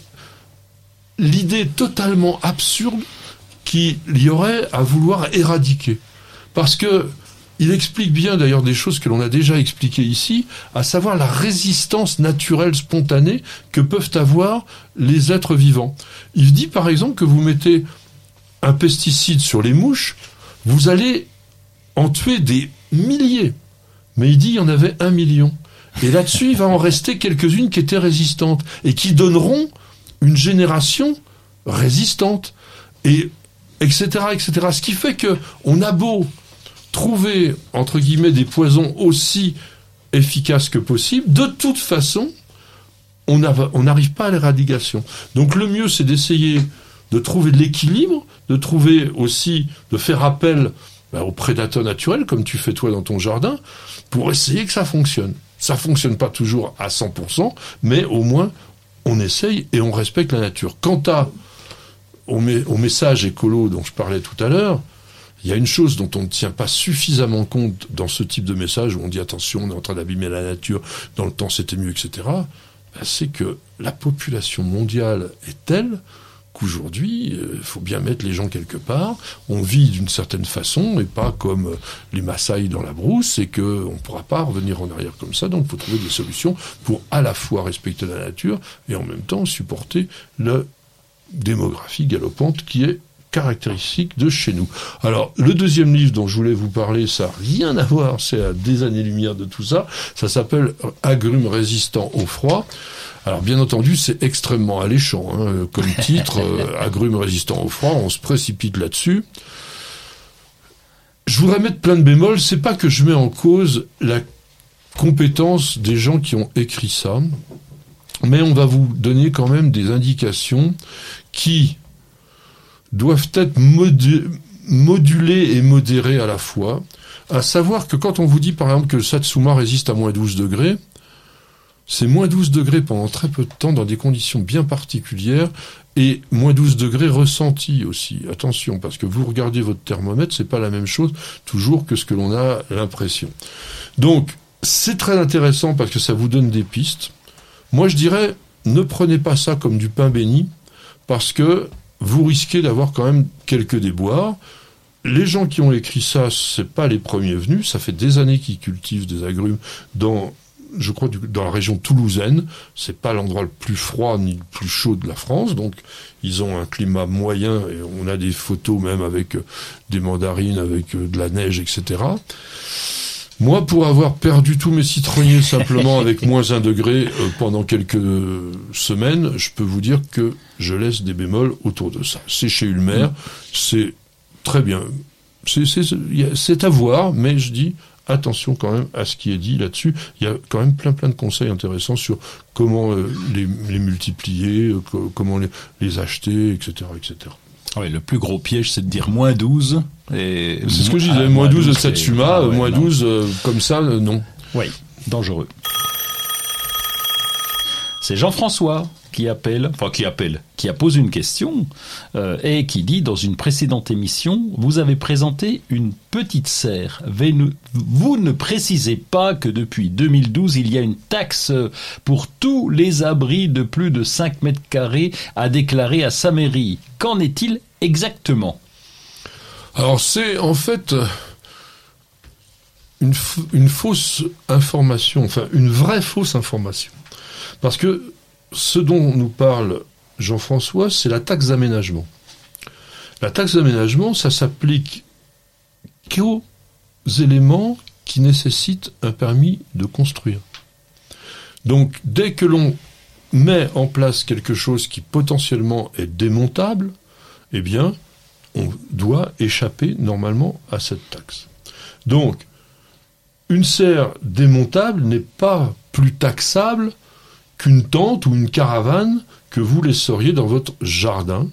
l'idée totalement absurde qu'il y aurait à vouloir éradiquer. Parce que il explique bien d'ailleurs des choses que l'on a déjà expliquées ici, à savoir la résistance naturelle spontanée que peuvent avoir les êtres vivants. Il dit par exemple que vous mettez un pesticide sur les mouches, vous allez en tuer des milliers. Mais il dit il y en avait un million. Et là-dessus, il va en rester quelques-unes qui étaient résistantes et qui donneront une génération résistante, et etc., et cetera. Ce qui fait que on a beau trouver, entre guillemets, des poisons aussi efficaces que possible, de toute façon, on n'arrive pas à l'éradication. Donc le mieux, c'est d'essayer de trouver de l'équilibre, de trouver aussi, de faire appel ben, aux prédateurs naturels, comme tu fais toi dans ton jardin, pour essayer que ça fonctionne. Ça fonctionne pas toujours à cent pour cent, mais au moins, on essaye et on respecte la nature. Quant à, au, au message écolo dont je parlais tout à l'heure, il y a une chose dont on ne tient pas suffisamment compte dans ce type de message, où on dit attention, on est en train d'abîmer la nature, dans le temps c'était mieux, et cetera, ben, c'est que la population mondiale est telle qu'aujourd'hui, il euh, faut bien mettre les gens quelque part, on vit d'une certaine façon, et pas comme euh, les Maasai dans la brousse, et qu'on ne pourra pas revenir en arrière comme ça, donc il faut trouver des solutions pour à la fois respecter la nature, et en même temps supporter la démographie galopante qui est caractéristique de chez nous. Alors, le deuxième livre dont je voulais vous parler, ça n'a rien à voir, c'est à des années-lumière de tout ça, ça s'appelle « Agrumes résistants au froid ». Alors, bien entendu, c'est extrêmement alléchant, hein, comme titre, euh, « Agrumes résistants au froid », on se précipite là-dessus. Je voudrais mettre plein de bémols, c'est pas que je mets en cause la compétence des gens qui ont écrit ça, mais on va vous donner quand même des indications qui doivent être modu- modulées et modérées à la fois, à savoir que quand on vous dit par exemple que le Satsuma résiste à moins douze degrés, c'est moins douze degrés pendant très peu de temps dans des conditions bien particulières et moins douze degrés ressentis aussi. Attention, parce que vous regardez votre thermomètre, c'est pas la même chose toujours que ce que l'on a l'impression. Donc, c'est très intéressant parce que ça vous donne des pistes. Moi, je dirais, ne prenez pas ça comme du pain béni, parce que vous risquez d'avoir quand même quelques déboires. Les gens qui ont écrit ça, c'est pas les premiers venus. Ça fait des années qu'ils cultivent des agrumes dans, je crois, dans la région toulousaine. C'est pas l'endroit le plus froid ni le plus chaud de la France, donc ils ont un climat moyen et on a des photos même avec des mandarines, avec de la neige, et cetera. Moi, pour avoir perdu tous mes citronniers simplement avec moins un degré euh, pendant quelques semaines, je peux vous dire que je laisse des bémols autour de ça. C'est chez Ulmer, c'est très bien. C'est, c'est, c'est à voir, mais je dis attention quand même à ce qui est dit là-dessus. Il y a quand même plein plein de conseils intéressants sur comment euh, les, les multiplier, euh, co- comment les, les acheter, et cetera, et cetera. Oui, le plus gros piège, c'est de dire moins douze. Et c'est ce que je disais, ah, moins douze de c'est... Satsuma, ah, ouais, moins non. douze euh, comme ça, euh, non. Oui, dangereux. C'est Jean-François qui appelle, enfin qui appelle, qui a posé une question euh, et qui dit dans une précédente émission, vous avez présenté une petite serre. Vous ne précisez pas que depuis deux mille douze, il y a une taxe pour tous les abris de plus de cinq mètres carrés à déclarer à sa mairie. Qu'en est-il exactement ? Alors c'est en fait une, f- une fausse information, enfin une vraie fausse information. Parce que ce dont nous parle Jean-François, c'est la taxe d'aménagement. La taxe d'aménagement, ça s'applique qu'aux éléments qui nécessitent un permis de construire. Donc, dès que l'on met en place quelque chose qui potentiellement est démontable, eh bien, on doit échapper normalement à cette taxe. Donc, une serre démontable n'est pas plus taxable qu'une tente ou une caravane que vous laisseriez dans votre jardin,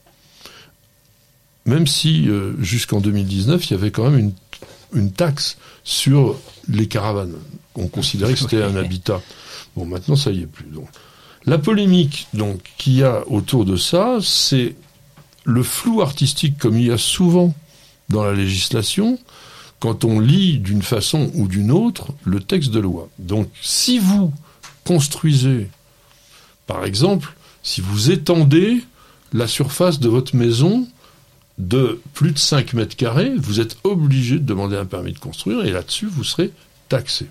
même si euh, jusqu'en deux mille dix-neuf, il y avait quand même une, une taxe sur les caravanes. On considérait que c'était un habitat. Bon, maintenant, ça y est plus. Donc, la polémique donc qu'il y a autour de ça, c'est le flou artistique, comme il y a souvent dans la législation, quand on lit d'une façon ou d'une autre le texte de loi. Donc, si vous construisez, par exemple, si vous étendez la surface de votre maison de plus de cinq mètres carrés, vous êtes obligé de demander un permis de construire et là-dessus, vous serez taxé.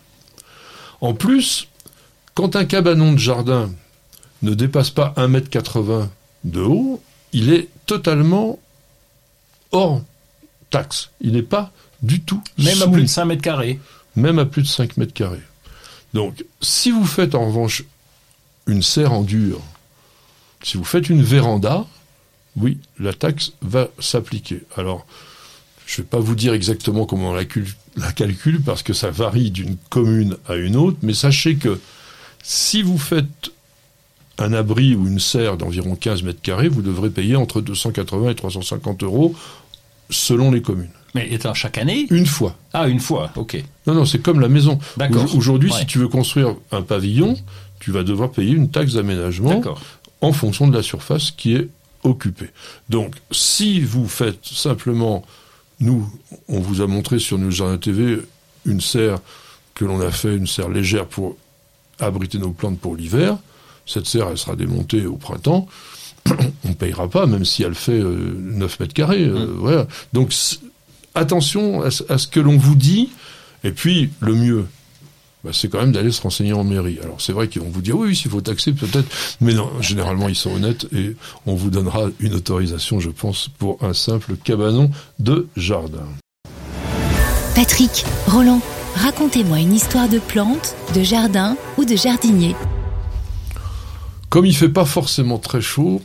En plus, quand un cabanon de jardin ne dépasse pas un mètre quatre-vingts de haut, il est totalement hors taxe. Il n'est pas du tout Même soumis. à plus de cinq mètres carrés. Même à plus de cinq mètres carrés. Donc, si vous faites en revanche une serre en dur, si vous faites une véranda, oui, la taxe va s'appliquer. Alors, je ne vais pas vous dire exactement comment on la, cul- la calcule, parce que ça varie d'une commune à une autre, mais sachez que si vous faites un abri ou une serre d'environ quinze mètres carrés, vous devrez payer entre deux cent quatre-vingts et trois cent cinquante euros selon les communes. Mais étant chaque année ? Une fois. Ah, une fois, ok. Non, non, c'est comme la maison. D'accord. Au- Aujourd'hui, Ouais. si tu veux construire un pavillon, tu vas devoir payer une taxe d'aménagement D'accord. en fonction de la surface qui est occupée. Donc, si vous faites simplement, nous, on vous a montré sur News Jardin T V une serre que l'on a fait, une serre légère pour abriter nos plantes pour l'hiver. Cette serre, elle sera démontée au printemps. On ne payera pas, même si elle fait euh, neuf mètres carrés. Euh, mmh. Voilà. Donc, c- attention à ce, à ce que l'on vous dit. Et puis, le mieux, bah, c'est quand même d'aller se renseigner en mairie. Alors, c'est vrai qu'ils vont vous dire, oui, s'il faut taxer, peut-être. Mais non, généralement, ils sont honnêtes et on vous donnera une autorisation, je pense, pour un simple cabanon de jardin. Patrick, Roland, racontez-moi une histoire de plante, de jardin ou de jardinier. Comme il fait pas forcément très chaud,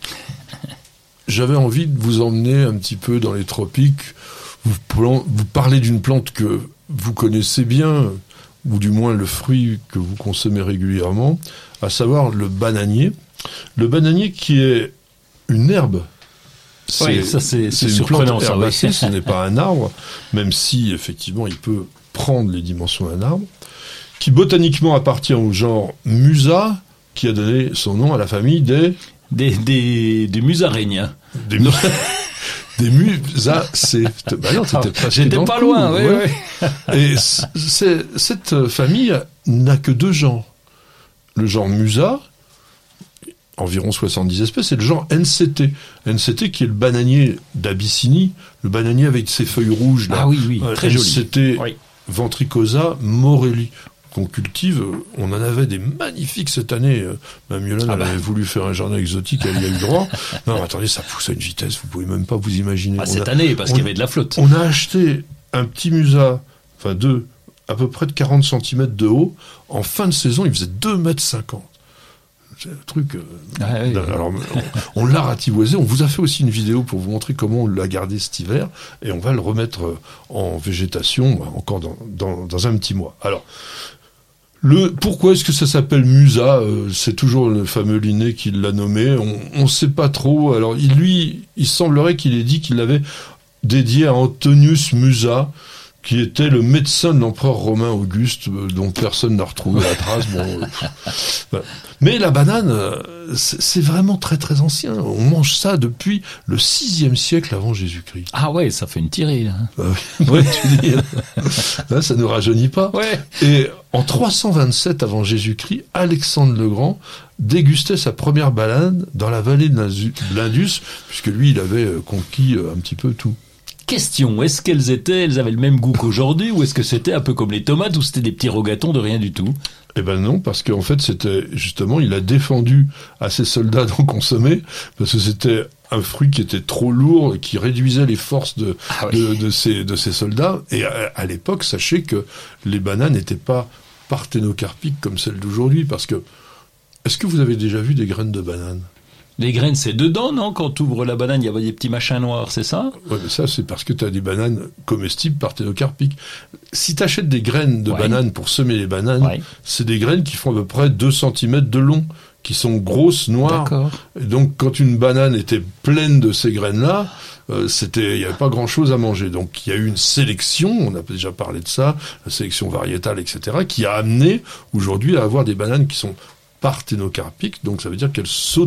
j'avais envie de vous emmener un petit peu dans les tropiques, vous, plan- vous parler d'une plante que vous connaissez bien, ou du moins le fruit que vous consommez régulièrement, à savoir le bananier. Le bananier qui est une herbe. C'est, oui, ça c'est, c'est, c'est une surprenant, plante ça, herbacée, oui. ce n'est pas un arbre, même si effectivement il peut prendre les dimensions d'un arbre, qui botaniquement appartient au genre Musa, qui a donné son nom à la famille des... Des, des, des musaraignes. Des, des musacées. Bah non, t'étais presque J'étais dans pas le coup, loin, oui, ouais. oui. Et c'est, cette famille n'a que deux genres. Le genre Musa, environ soixante-dix espèces, et le genre N C T. N C T qui est le bananier d'Abyssinie, le bananier avec ses feuilles rouges. Là. Ah oui, oui, très joli. N C T Oui. ventricosa morelli, qu'on cultive. On en avait des magnifiques cette année. Mme Yolande Ah bah. avait voulu faire un jardin exotique, elle y a eu droit. Non, attendez, ça pousse à une vitesse, vous pouvez même pas vous imaginer. Ah, On cette a- année, parce on- qu'il y avait de la flotte. On a acheté un petit musa, enfin deux, à peu près de quarante centimètres de haut. En fin de saison, il faisait deux mètres cinquante. C'est un truc... euh, Ah, oui. alors, on, on l'a ratiboisé. On vous a fait aussi une vidéo pour vous montrer comment on l'a gardé cet hiver. Et on va le remettre euh, en végétation encore dans, dans, dans un petit mois. Alors, le, pourquoi est-ce que ça s'appelle Musa euh, C'est toujours le fameux Linné qui l'a nommé. On ne sait pas trop. Alors, il, lui, il semblerait qu'il ait dit qu'il l'avait dédié à Antonius Musa, qui était le médecin de l'empereur romain Auguste, euh, dont personne n'a retrouvé la trace. Bon, euh, voilà. Mais la banane, euh, c'est c'est vraiment très très ancien. On mange ça depuis le sixième siècle avant Jésus-Christ. Ah ouais, ça fait une tirée, là. Euh, ouais, tu dis, là, ça ne rajeunit pas. Ouais. Et en trois cent vingt-sept avant Jésus-Christ, Alexandre le Grand dégustait sa première banane dans la vallée de l'Indu- de l'Indus, puisque lui, il avait euh, conquis euh, un petit peu tout. Question, est-ce qu'elles étaient, elles avaient le même goût qu'aujourd'hui, ou est-ce que c'était un peu comme les tomates, ou c'était des petits rogatons de rien du tout? Eh ben non, parce qu'en fait, c'était justement, il a défendu à ses soldats d'en consommer, parce que c'était un fruit qui était trop lourd et qui réduisait les forces de, Ah oui. de, de, ses, de ses soldats. Et à, à l'époque, sachez que les bananes n'étaient pas parthénocarpiques comme celles d'aujourd'hui, parce que, est-ce que vous avez déjà vu des graines de banane? Les graines, c'est dedans, non? Quand tu ouvres la banane, il y a des petits machins noirs, c'est ça? Ouais, mais ça, c'est parce que tu as des bananes comestibles parthénocarpiques. Si tu achètes des graines de Ouais. bananes pour semer les bananes, Ouais. c'est des graines qui font à peu près deux centimètres de long, qui sont grosses, noires. D'accord. Et donc, quand une banane était pleine de ces graines-là, euh, c'était, il n'y avait pas grand-chose à manger. Donc, il y a eu une sélection, on a déjà parlé de ça, la sélection variétale, et cetera, qui a amené aujourd'hui à avoir des bananes qui sont parthénocarpiques. Donc, ça veut dire qu'elles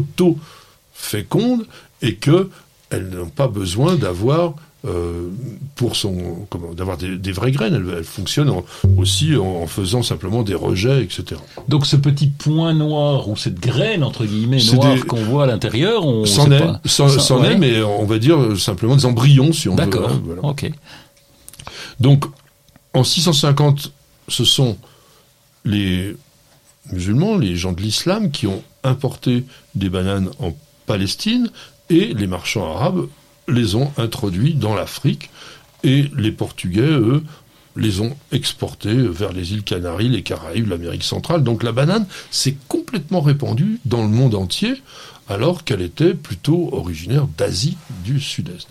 s'auto-fécondent et que elles n'ont pas besoin d'avoir euh, pour son comment d'avoir des, des vraies graines. Elles, elles fonctionnent en- aussi en, en faisant simplement des rejets, et cetera. Donc ce petit point noir, ou cette graine, entre guillemets, C'est noire des- qu'on voit à l'intérieur, on C'en sait est, pas. c'en, Ça- c'en ouais. est, mais on va dire euh, simplement des embryons, si on D'accord, veut. hein, voilà. ok. Donc, en six cent cinquante, ce sont les musulmans, les gens de l'islam, qui ont importé des bananes en Palestine, et les marchands arabes les ont introduits dans l'Afrique, et les Portugais, eux, les ont exportés vers les îles Canaries, les Caraïbes, l'Amérique centrale. Donc la banane s'est complètement répandue dans le monde entier, alors qu'elle était plutôt originaire d'Asie du Sud-Est.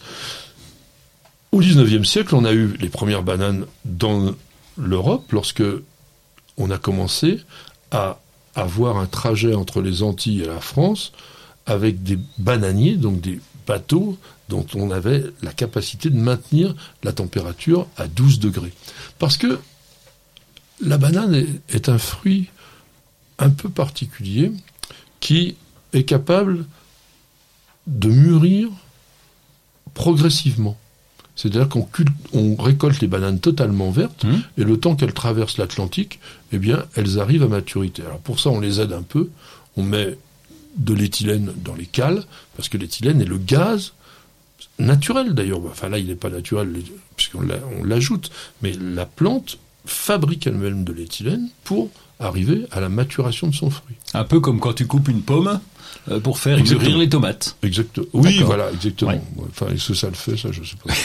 Au dix-neuvième siècle, on a eu les premières bananes dans l'Europe, lorsque on a commencé à avoir un trajet entre les Antilles et la France avec des bananiers, donc des bateaux dont on avait la capacité de maintenir la température à douze degrés. Parce que la banane est, est un fruit un peu particulier qui est capable de mûrir progressivement. C'est-à-dire qu'on cult- on récolte les bananes totalement vertes, Mmh. et le temps qu'elles traversent l'Atlantique, eh bien, elles arrivent à maturité. Alors pour ça, on les aide un peu. On met de l'éthylène dans les cales, parce que l'éthylène est le gaz naturel d'ailleurs. Enfin là, il n'est pas naturel, puisqu'on l'a- on l'ajoute. Mais la plante fabrique elle-même de l'éthylène pour arriver à la maturation de son fruit. Un peu comme quand tu coupes une pomme euh, pour faire Exactement. mûrir les tomates. Exactement. Oui, D'accord. voilà, exactement. Ouais. Enfin, est-ce que ça le fait, ça, je sais pas.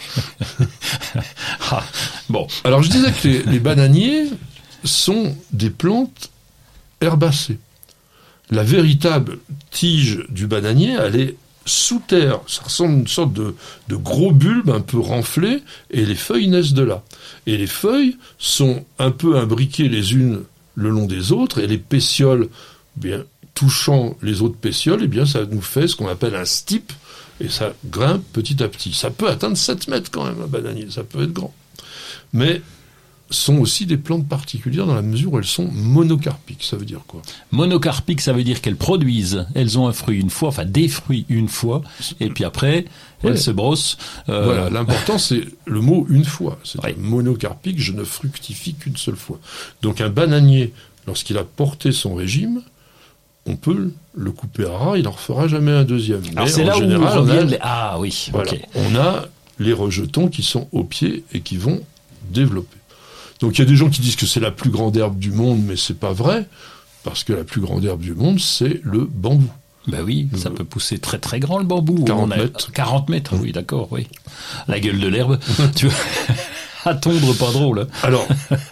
Ah, bon, Alors je disais que les, les bananiers sont des plantes herbacées. La véritable tige du bananier, elle est sous terre. Ça ressemble à une sorte de, de gros bulbe un peu renflé, et les feuilles naissent de là. Et les feuilles sont un peu imbriquées les unes le long des autres, et les pétioles, bien, touchant les autres pétioles, eh bien, ça nous fait ce qu'on appelle un stipe, et ça grimpe petit à petit. Ça peut atteindre sept mètres quand même, un bananier, ça peut être grand. Mais sont aussi des plantes particulières dans la mesure où elles sont monocarpiques. Ça veut dire quoi ? Monocarpique, ça veut dire qu'elles produisent, elles ont un fruit une fois, enfin des fruits une fois, et puis après, elles ouais. se brossent. Euh... Voilà, l'important c'est le mot une fois. C'est ouais. monocarpique, je ne fructifie qu'une seule fois. Donc un bananier, lorsqu'il a porté son régime, on peut le couper à ras, il n'en refera jamais un deuxième. Alors mais c'est en là général, où reviennent on a, les... Ah oui, voilà, ok. on a les rejetons qui sont au pied et qui vont développer. Donc il y a des gens qui disent que c'est la plus grande herbe du monde, mais c'est pas vrai, parce que la plus grande herbe du monde, c'est le bambou. Ben oui, le... ça peut pousser très très grand le bambou. quarante On a... mètres. quarante mètres, oui, d'accord, oui. La gueule de l'herbe, tu vois, à tondre, pas drôle. Hein. Alors,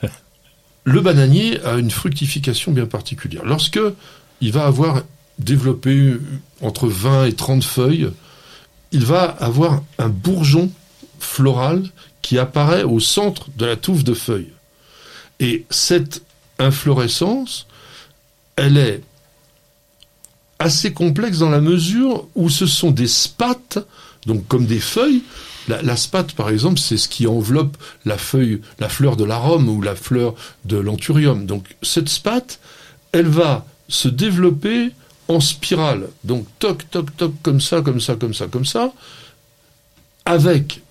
le bananier a une fructification bien particulière. Lorsque il va avoir développé entre vingt et trente feuilles, il va avoir un bourgeon floral qui apparaît au centre de la touffe de feuilles. Et cette inflorescence, elle est assez complexe dans la mesure où ce sont des spates, donc comme des feuilles. La, la spate, par exemple, c'est ce qui enveloppe la feuille, la fleur de l'arôme ou la fleur de l'anthurium. Donc cette spate, elle va se développer en spirale. Donc toc, toc, toc, comme ça, comme ça, comme ça, comme ça, avec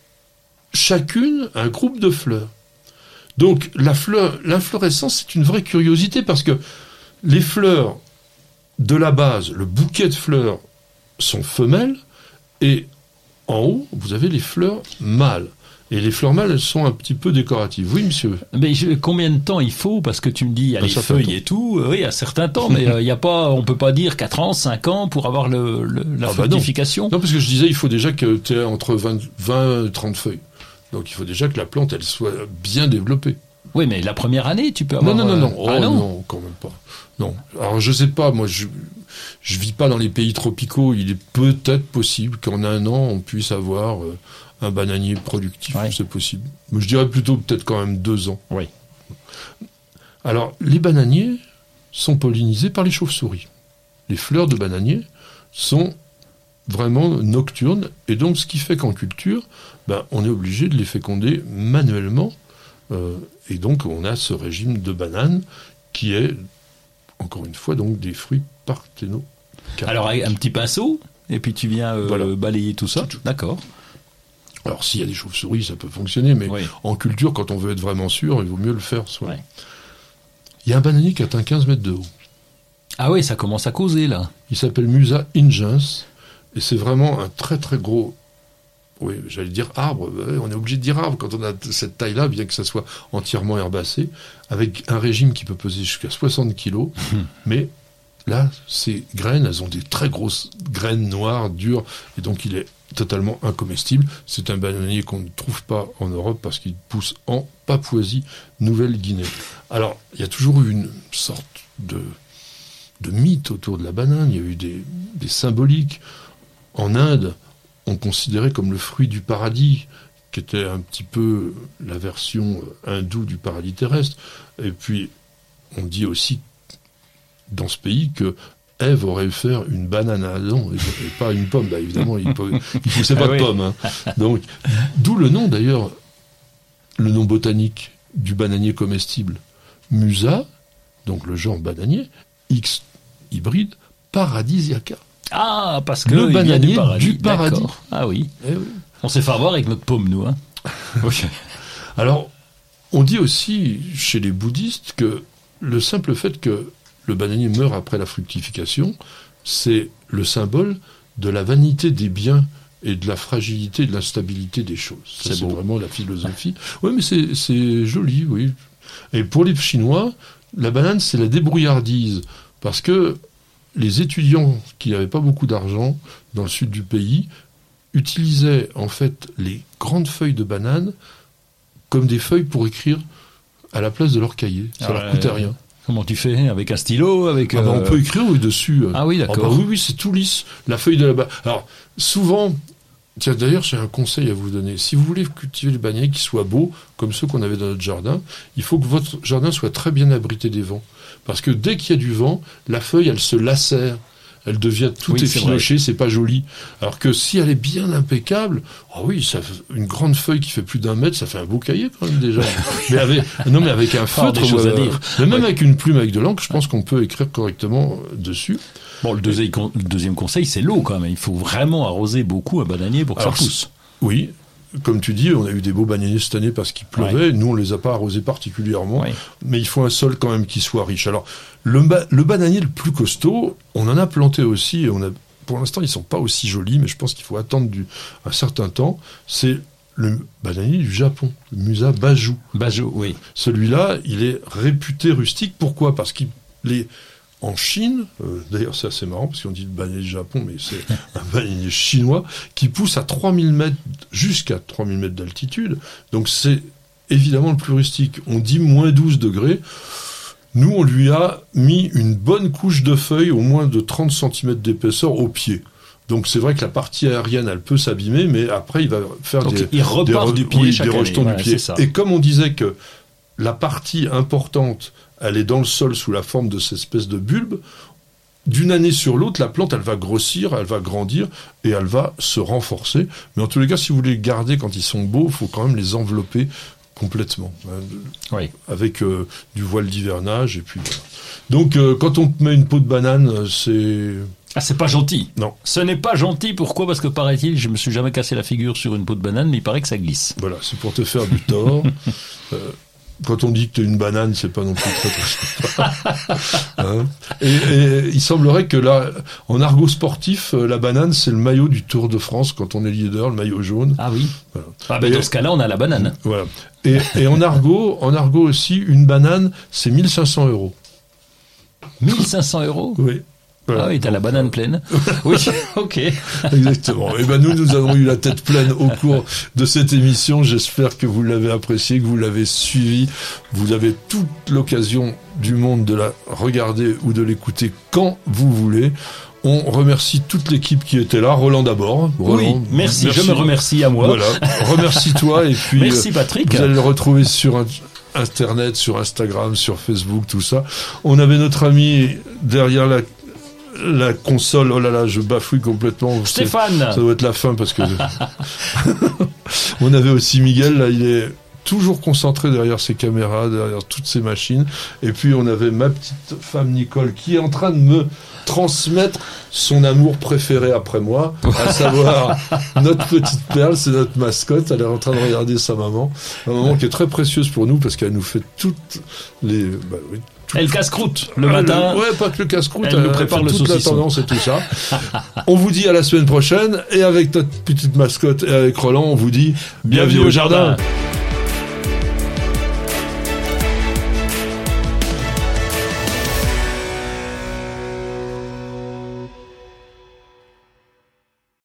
chacune un groupe de fleurs. Donc la fleur, l'inflorescence, c'est une vraie curiosité parce que les fleurs de la base, le bouquet de fleurs sont femelles et en haut, vous avez les fleurs mâles. Et les fleurs mâles, elles sont un petit peu décoratives. Oui, monsieur. Mais je, combien de temps il faut ? Parce que tu me dis, il y a un les feuilles temps. et tout. Oui, à certains temps, mais euh, il y a pas, on peut pas dire quatre ans, cinq ans pour avoir le, le, la ah fructification. Bah non. non, parce que je disais, il faut déjà que tu aies entre vingt, vingt et trente feuilles. Donc il faut déjà que la plante, elle soit bien développée. Oui, mais la première année, tu peux avoir... Non, non, non, non. Euh... Ah, oh, non, non, quand même pas. Non. Alors je sais pas, moi je je vis pas dans les pays tropicaux. Il est peut-être possible qu'en un an on puisse avoir euh, un bananier productif. Ouais. C'est possible. Mais je dirais plutôt peut-être quand même deux ans. Oui. Alors les bananiers sont pollinisés par les chauves-souris. Les fleurs de bananier sont vraiment nocturnes et donc ce qui fait qu'en culture, ben on est obligé de les féconder manuellement. Euh, et donc on a ce régime de bananes qui est encore une fois donc des fruits parthéno. Alors un petit pinceau et puis tu viens euh, voilà. balayer tout ça. D'accord. Alors s'il y a des chauves-souris ça peut fonctionner, mais oui. en culture quand on veut être vraiment sûr il vaut mieux le faire soi. Ouais. Il y a un bananier qui atteint quinze mètres de haut. Ah oui, ça commence à causer là. Il s'appelle Musa ingens et c'est vraiment un très très gros, oui, j'allais dire arbre, on est obligé de dire arbre quand on a cette taille-là, bien que ça soit entièrement herbacé, avec un régime qui peut peser jusqu'à soixante kilos, mmh. mais là, ces graines, elles ont des très grosses graines noires, dures, et donc il est totalement incomestible. C'est un bananier qu'on ne trouve pas en Europe parce qu'il pousse en Papouasie, Nouvelle-Guinée. Alors, il y a toujours eu une sorte de, de mythe autour de la banane, il y a eu des, des symboliques. En Inde, on considérait comme le fruit du paradis, qui était un petit peu la version hindoue du paradis terrestre. Et puis, on dit aussi, dans ce pays, que Ève aurait fait une banane à Adam, et pas une pomme. Bah, évidemment, il ne poussait pas ah de oui. pomme. Hein. Donc, d'où le nom, d'ailleurs, le nom botanique du bananier comestible. Musa, donc le genre bananier, X hybride, paradisiaca. Ah, parce que le il bananier du paradis. du paradis. D'accord. Ah oui. Eh oui. On s'est fait avoir avec notre pomme, nous. Hein. Okay. Alors, on dit aussi chez les bouddhistes que le simple fait que le bananier meurt après la fructification, c'est le symbole de la vanité des biens et de la fragilité et de l'instabilité des choses. Ça, c'est c'est beau. vraiment la philosophie. Oui, mais c'est, c'est joli, oui. Et pour les Chinois, la banane, c'est la débrouillardise. Parce que les étudiants qui n'avaient pas beaucoup d'argent dans le sud du pays utilisaient en fait les grandes feuilles de banane comme des feuilles pour écrire à la place de leur cahier. Ça ah, leur coûtait euh, rien. Comment tu fais ? Avec un stylo avec, ah bah, euh... On peut écrire oui, dessus. Ah oui, d'accord. Ah bah, oui, oui, c'est tout lisse. La feuille de la banane. Alors, souvent, tiens, d'ailleurs, j'ai un conseil à vous donner. Si vous voulez cultiver les bananiers qui soient beaux, comme ceux qu'on avait dans notre jardin, il faut que votre jardin soit très bien abrité des vents. Parce que dès qu'il y a du vent, la feuille, elle se lacère. elle devient tout Oui, effilochée, c'est, c'est pas joli. Alors que si elle est bien impeccable, oh oui, ça fait une grande feuille qui fait plus d'un mètre, ça fait un beau cahier quand même déjà. mais avec, non mais avec un feutre, des choses euh, à dire. mais même Ouais. avec une plume avec de l'encre, je pense qu'on peut écrire correctement dessus. Bon, le deuxième, con- le deuxième conseil, c'est l'eau quand même. Il faut vraiment arroser beaucoup un bananier pour que Alors, ça pousse. Oui. Comme tu dis, on a eu des beaux bananiers cette année parce qu'il pleuvait. Ouais. Nous, on les a pas arrosés particulièrement. Ouais. Mais il faut un sol quand même qui soit riche. Alors, le, ba- le bananier le plus costaud, on en a planté aussi. Et on a, pour l'instant, ils sont pas aussi jolis, mais je pense qu'il faut attendre du, un certain temps. C'est le bananier du Japon, le Musa Baju. Bajou, oui. Celui-là, il est réputé rustique. Pourquoi ? Parce qu'il est en Chine, euh, d'ailleurs c'est assez marrant parce qu'on dit le bananier du Japon, mais c'est un bananier chinois qui pousse à trois mille mètres, jusqu'à trois mille mètres d'altitude. Donc c'est évidemment le plus rustique. On dit moins douze degrés. Nous, on lui a mis une bonne couche de feuilles, au moins de trente centimètres d'épaisseur au pied. Donc c'est vrai que la partie aérienne, elle peut s'abîmer, mais après il va faire Donc, des, il repart des, re- du pied oui, chaque des année. rejetons Voilà, du pied. c'est ça. Et comme on disait que la partie importante, elle est dans le sol sous la forme de cette espèce de bulbe, d'une année sur l'autre, la plante, elle va grossir, elle va grandir et elle va se renforcer. Mais en tous les cas, si vous voulez les garder quand ils sont beaux, il faut quand même les envelopper complètement, hein, Oui. avec euh, du voile d'hivernage. Et puis, voilà. Donc, euh, quand on te met une peau de banane, c'est... Ah, c'est pas gentil. Non. Ce n'est pas gentil. Pourquoi ? Parce que paraît-il, je me suis jamais cassé la figure sur une peau de banane, mais il paraît que ça glisse. Voilà, c'est pour te faire du tort. euh, Quand on dit que t'es une banane, c'est pas non plus très très sympa. Hein, et, et il semblerait que là, en argot sportif, euh, la banane, c'est le maillot du Tour de France quand on est leader, le maillot jaune. Ah oui. Voilà. Ah ben Et- dans ce cas-là, on a la banane. Voilà. Et, et en argot, en argot aussi, une banane, c'est mille cinq cents euros. mille cinq cents euros. Oui. Voilà. Ah oui, t'as la banane pleine. Oui, ok. Exactement. Et ben nous, nous avons eu la tête pleine au cours de cette émission. J'espère que vous l'avez apprécié, que vous l'avez suivi. Vous avez toute l'occasion du monde de la regarder ou de l'écouter quand vous voulez. On remercie toute l'équipe qui était là. Roland d'abord. Roland, Oui, merci, je me remercie à moi. Voilà. Remercie-toi et puis Merci euh, Patrick. vous allez le retrouver sur un- Internet, sur Instagram, sur Facebook, tout ça. On avait notre ami derrière la la console. Oh là là, je bafouille complètement. C'est- Stéphane. Ça doit être la fin parce que on avait aussi Miguel. Là, il est toujours concentré derrière ses caméras, derrière toutes ces machines. Et puis on avait ma petite femme Nicole qui est en train de me transmettre son amour préféré après moi, à savoir notre petite perle, c'est notre mascotte. Elle est en train de regarder sa maman, ma maman qui est très précieuse pour nous parce qu'elle nous fait toutes les. Bah, oui, Elle casse-croûte le ah, matin. ouais, pas que le casse-croûte. Elle nous prépare fait le toute saucisson. la tendance et tout ça. On vous dit à la semaine prochaine et avec notre petite mascotte et avec Roland, on vous dit bienvenue au jardin.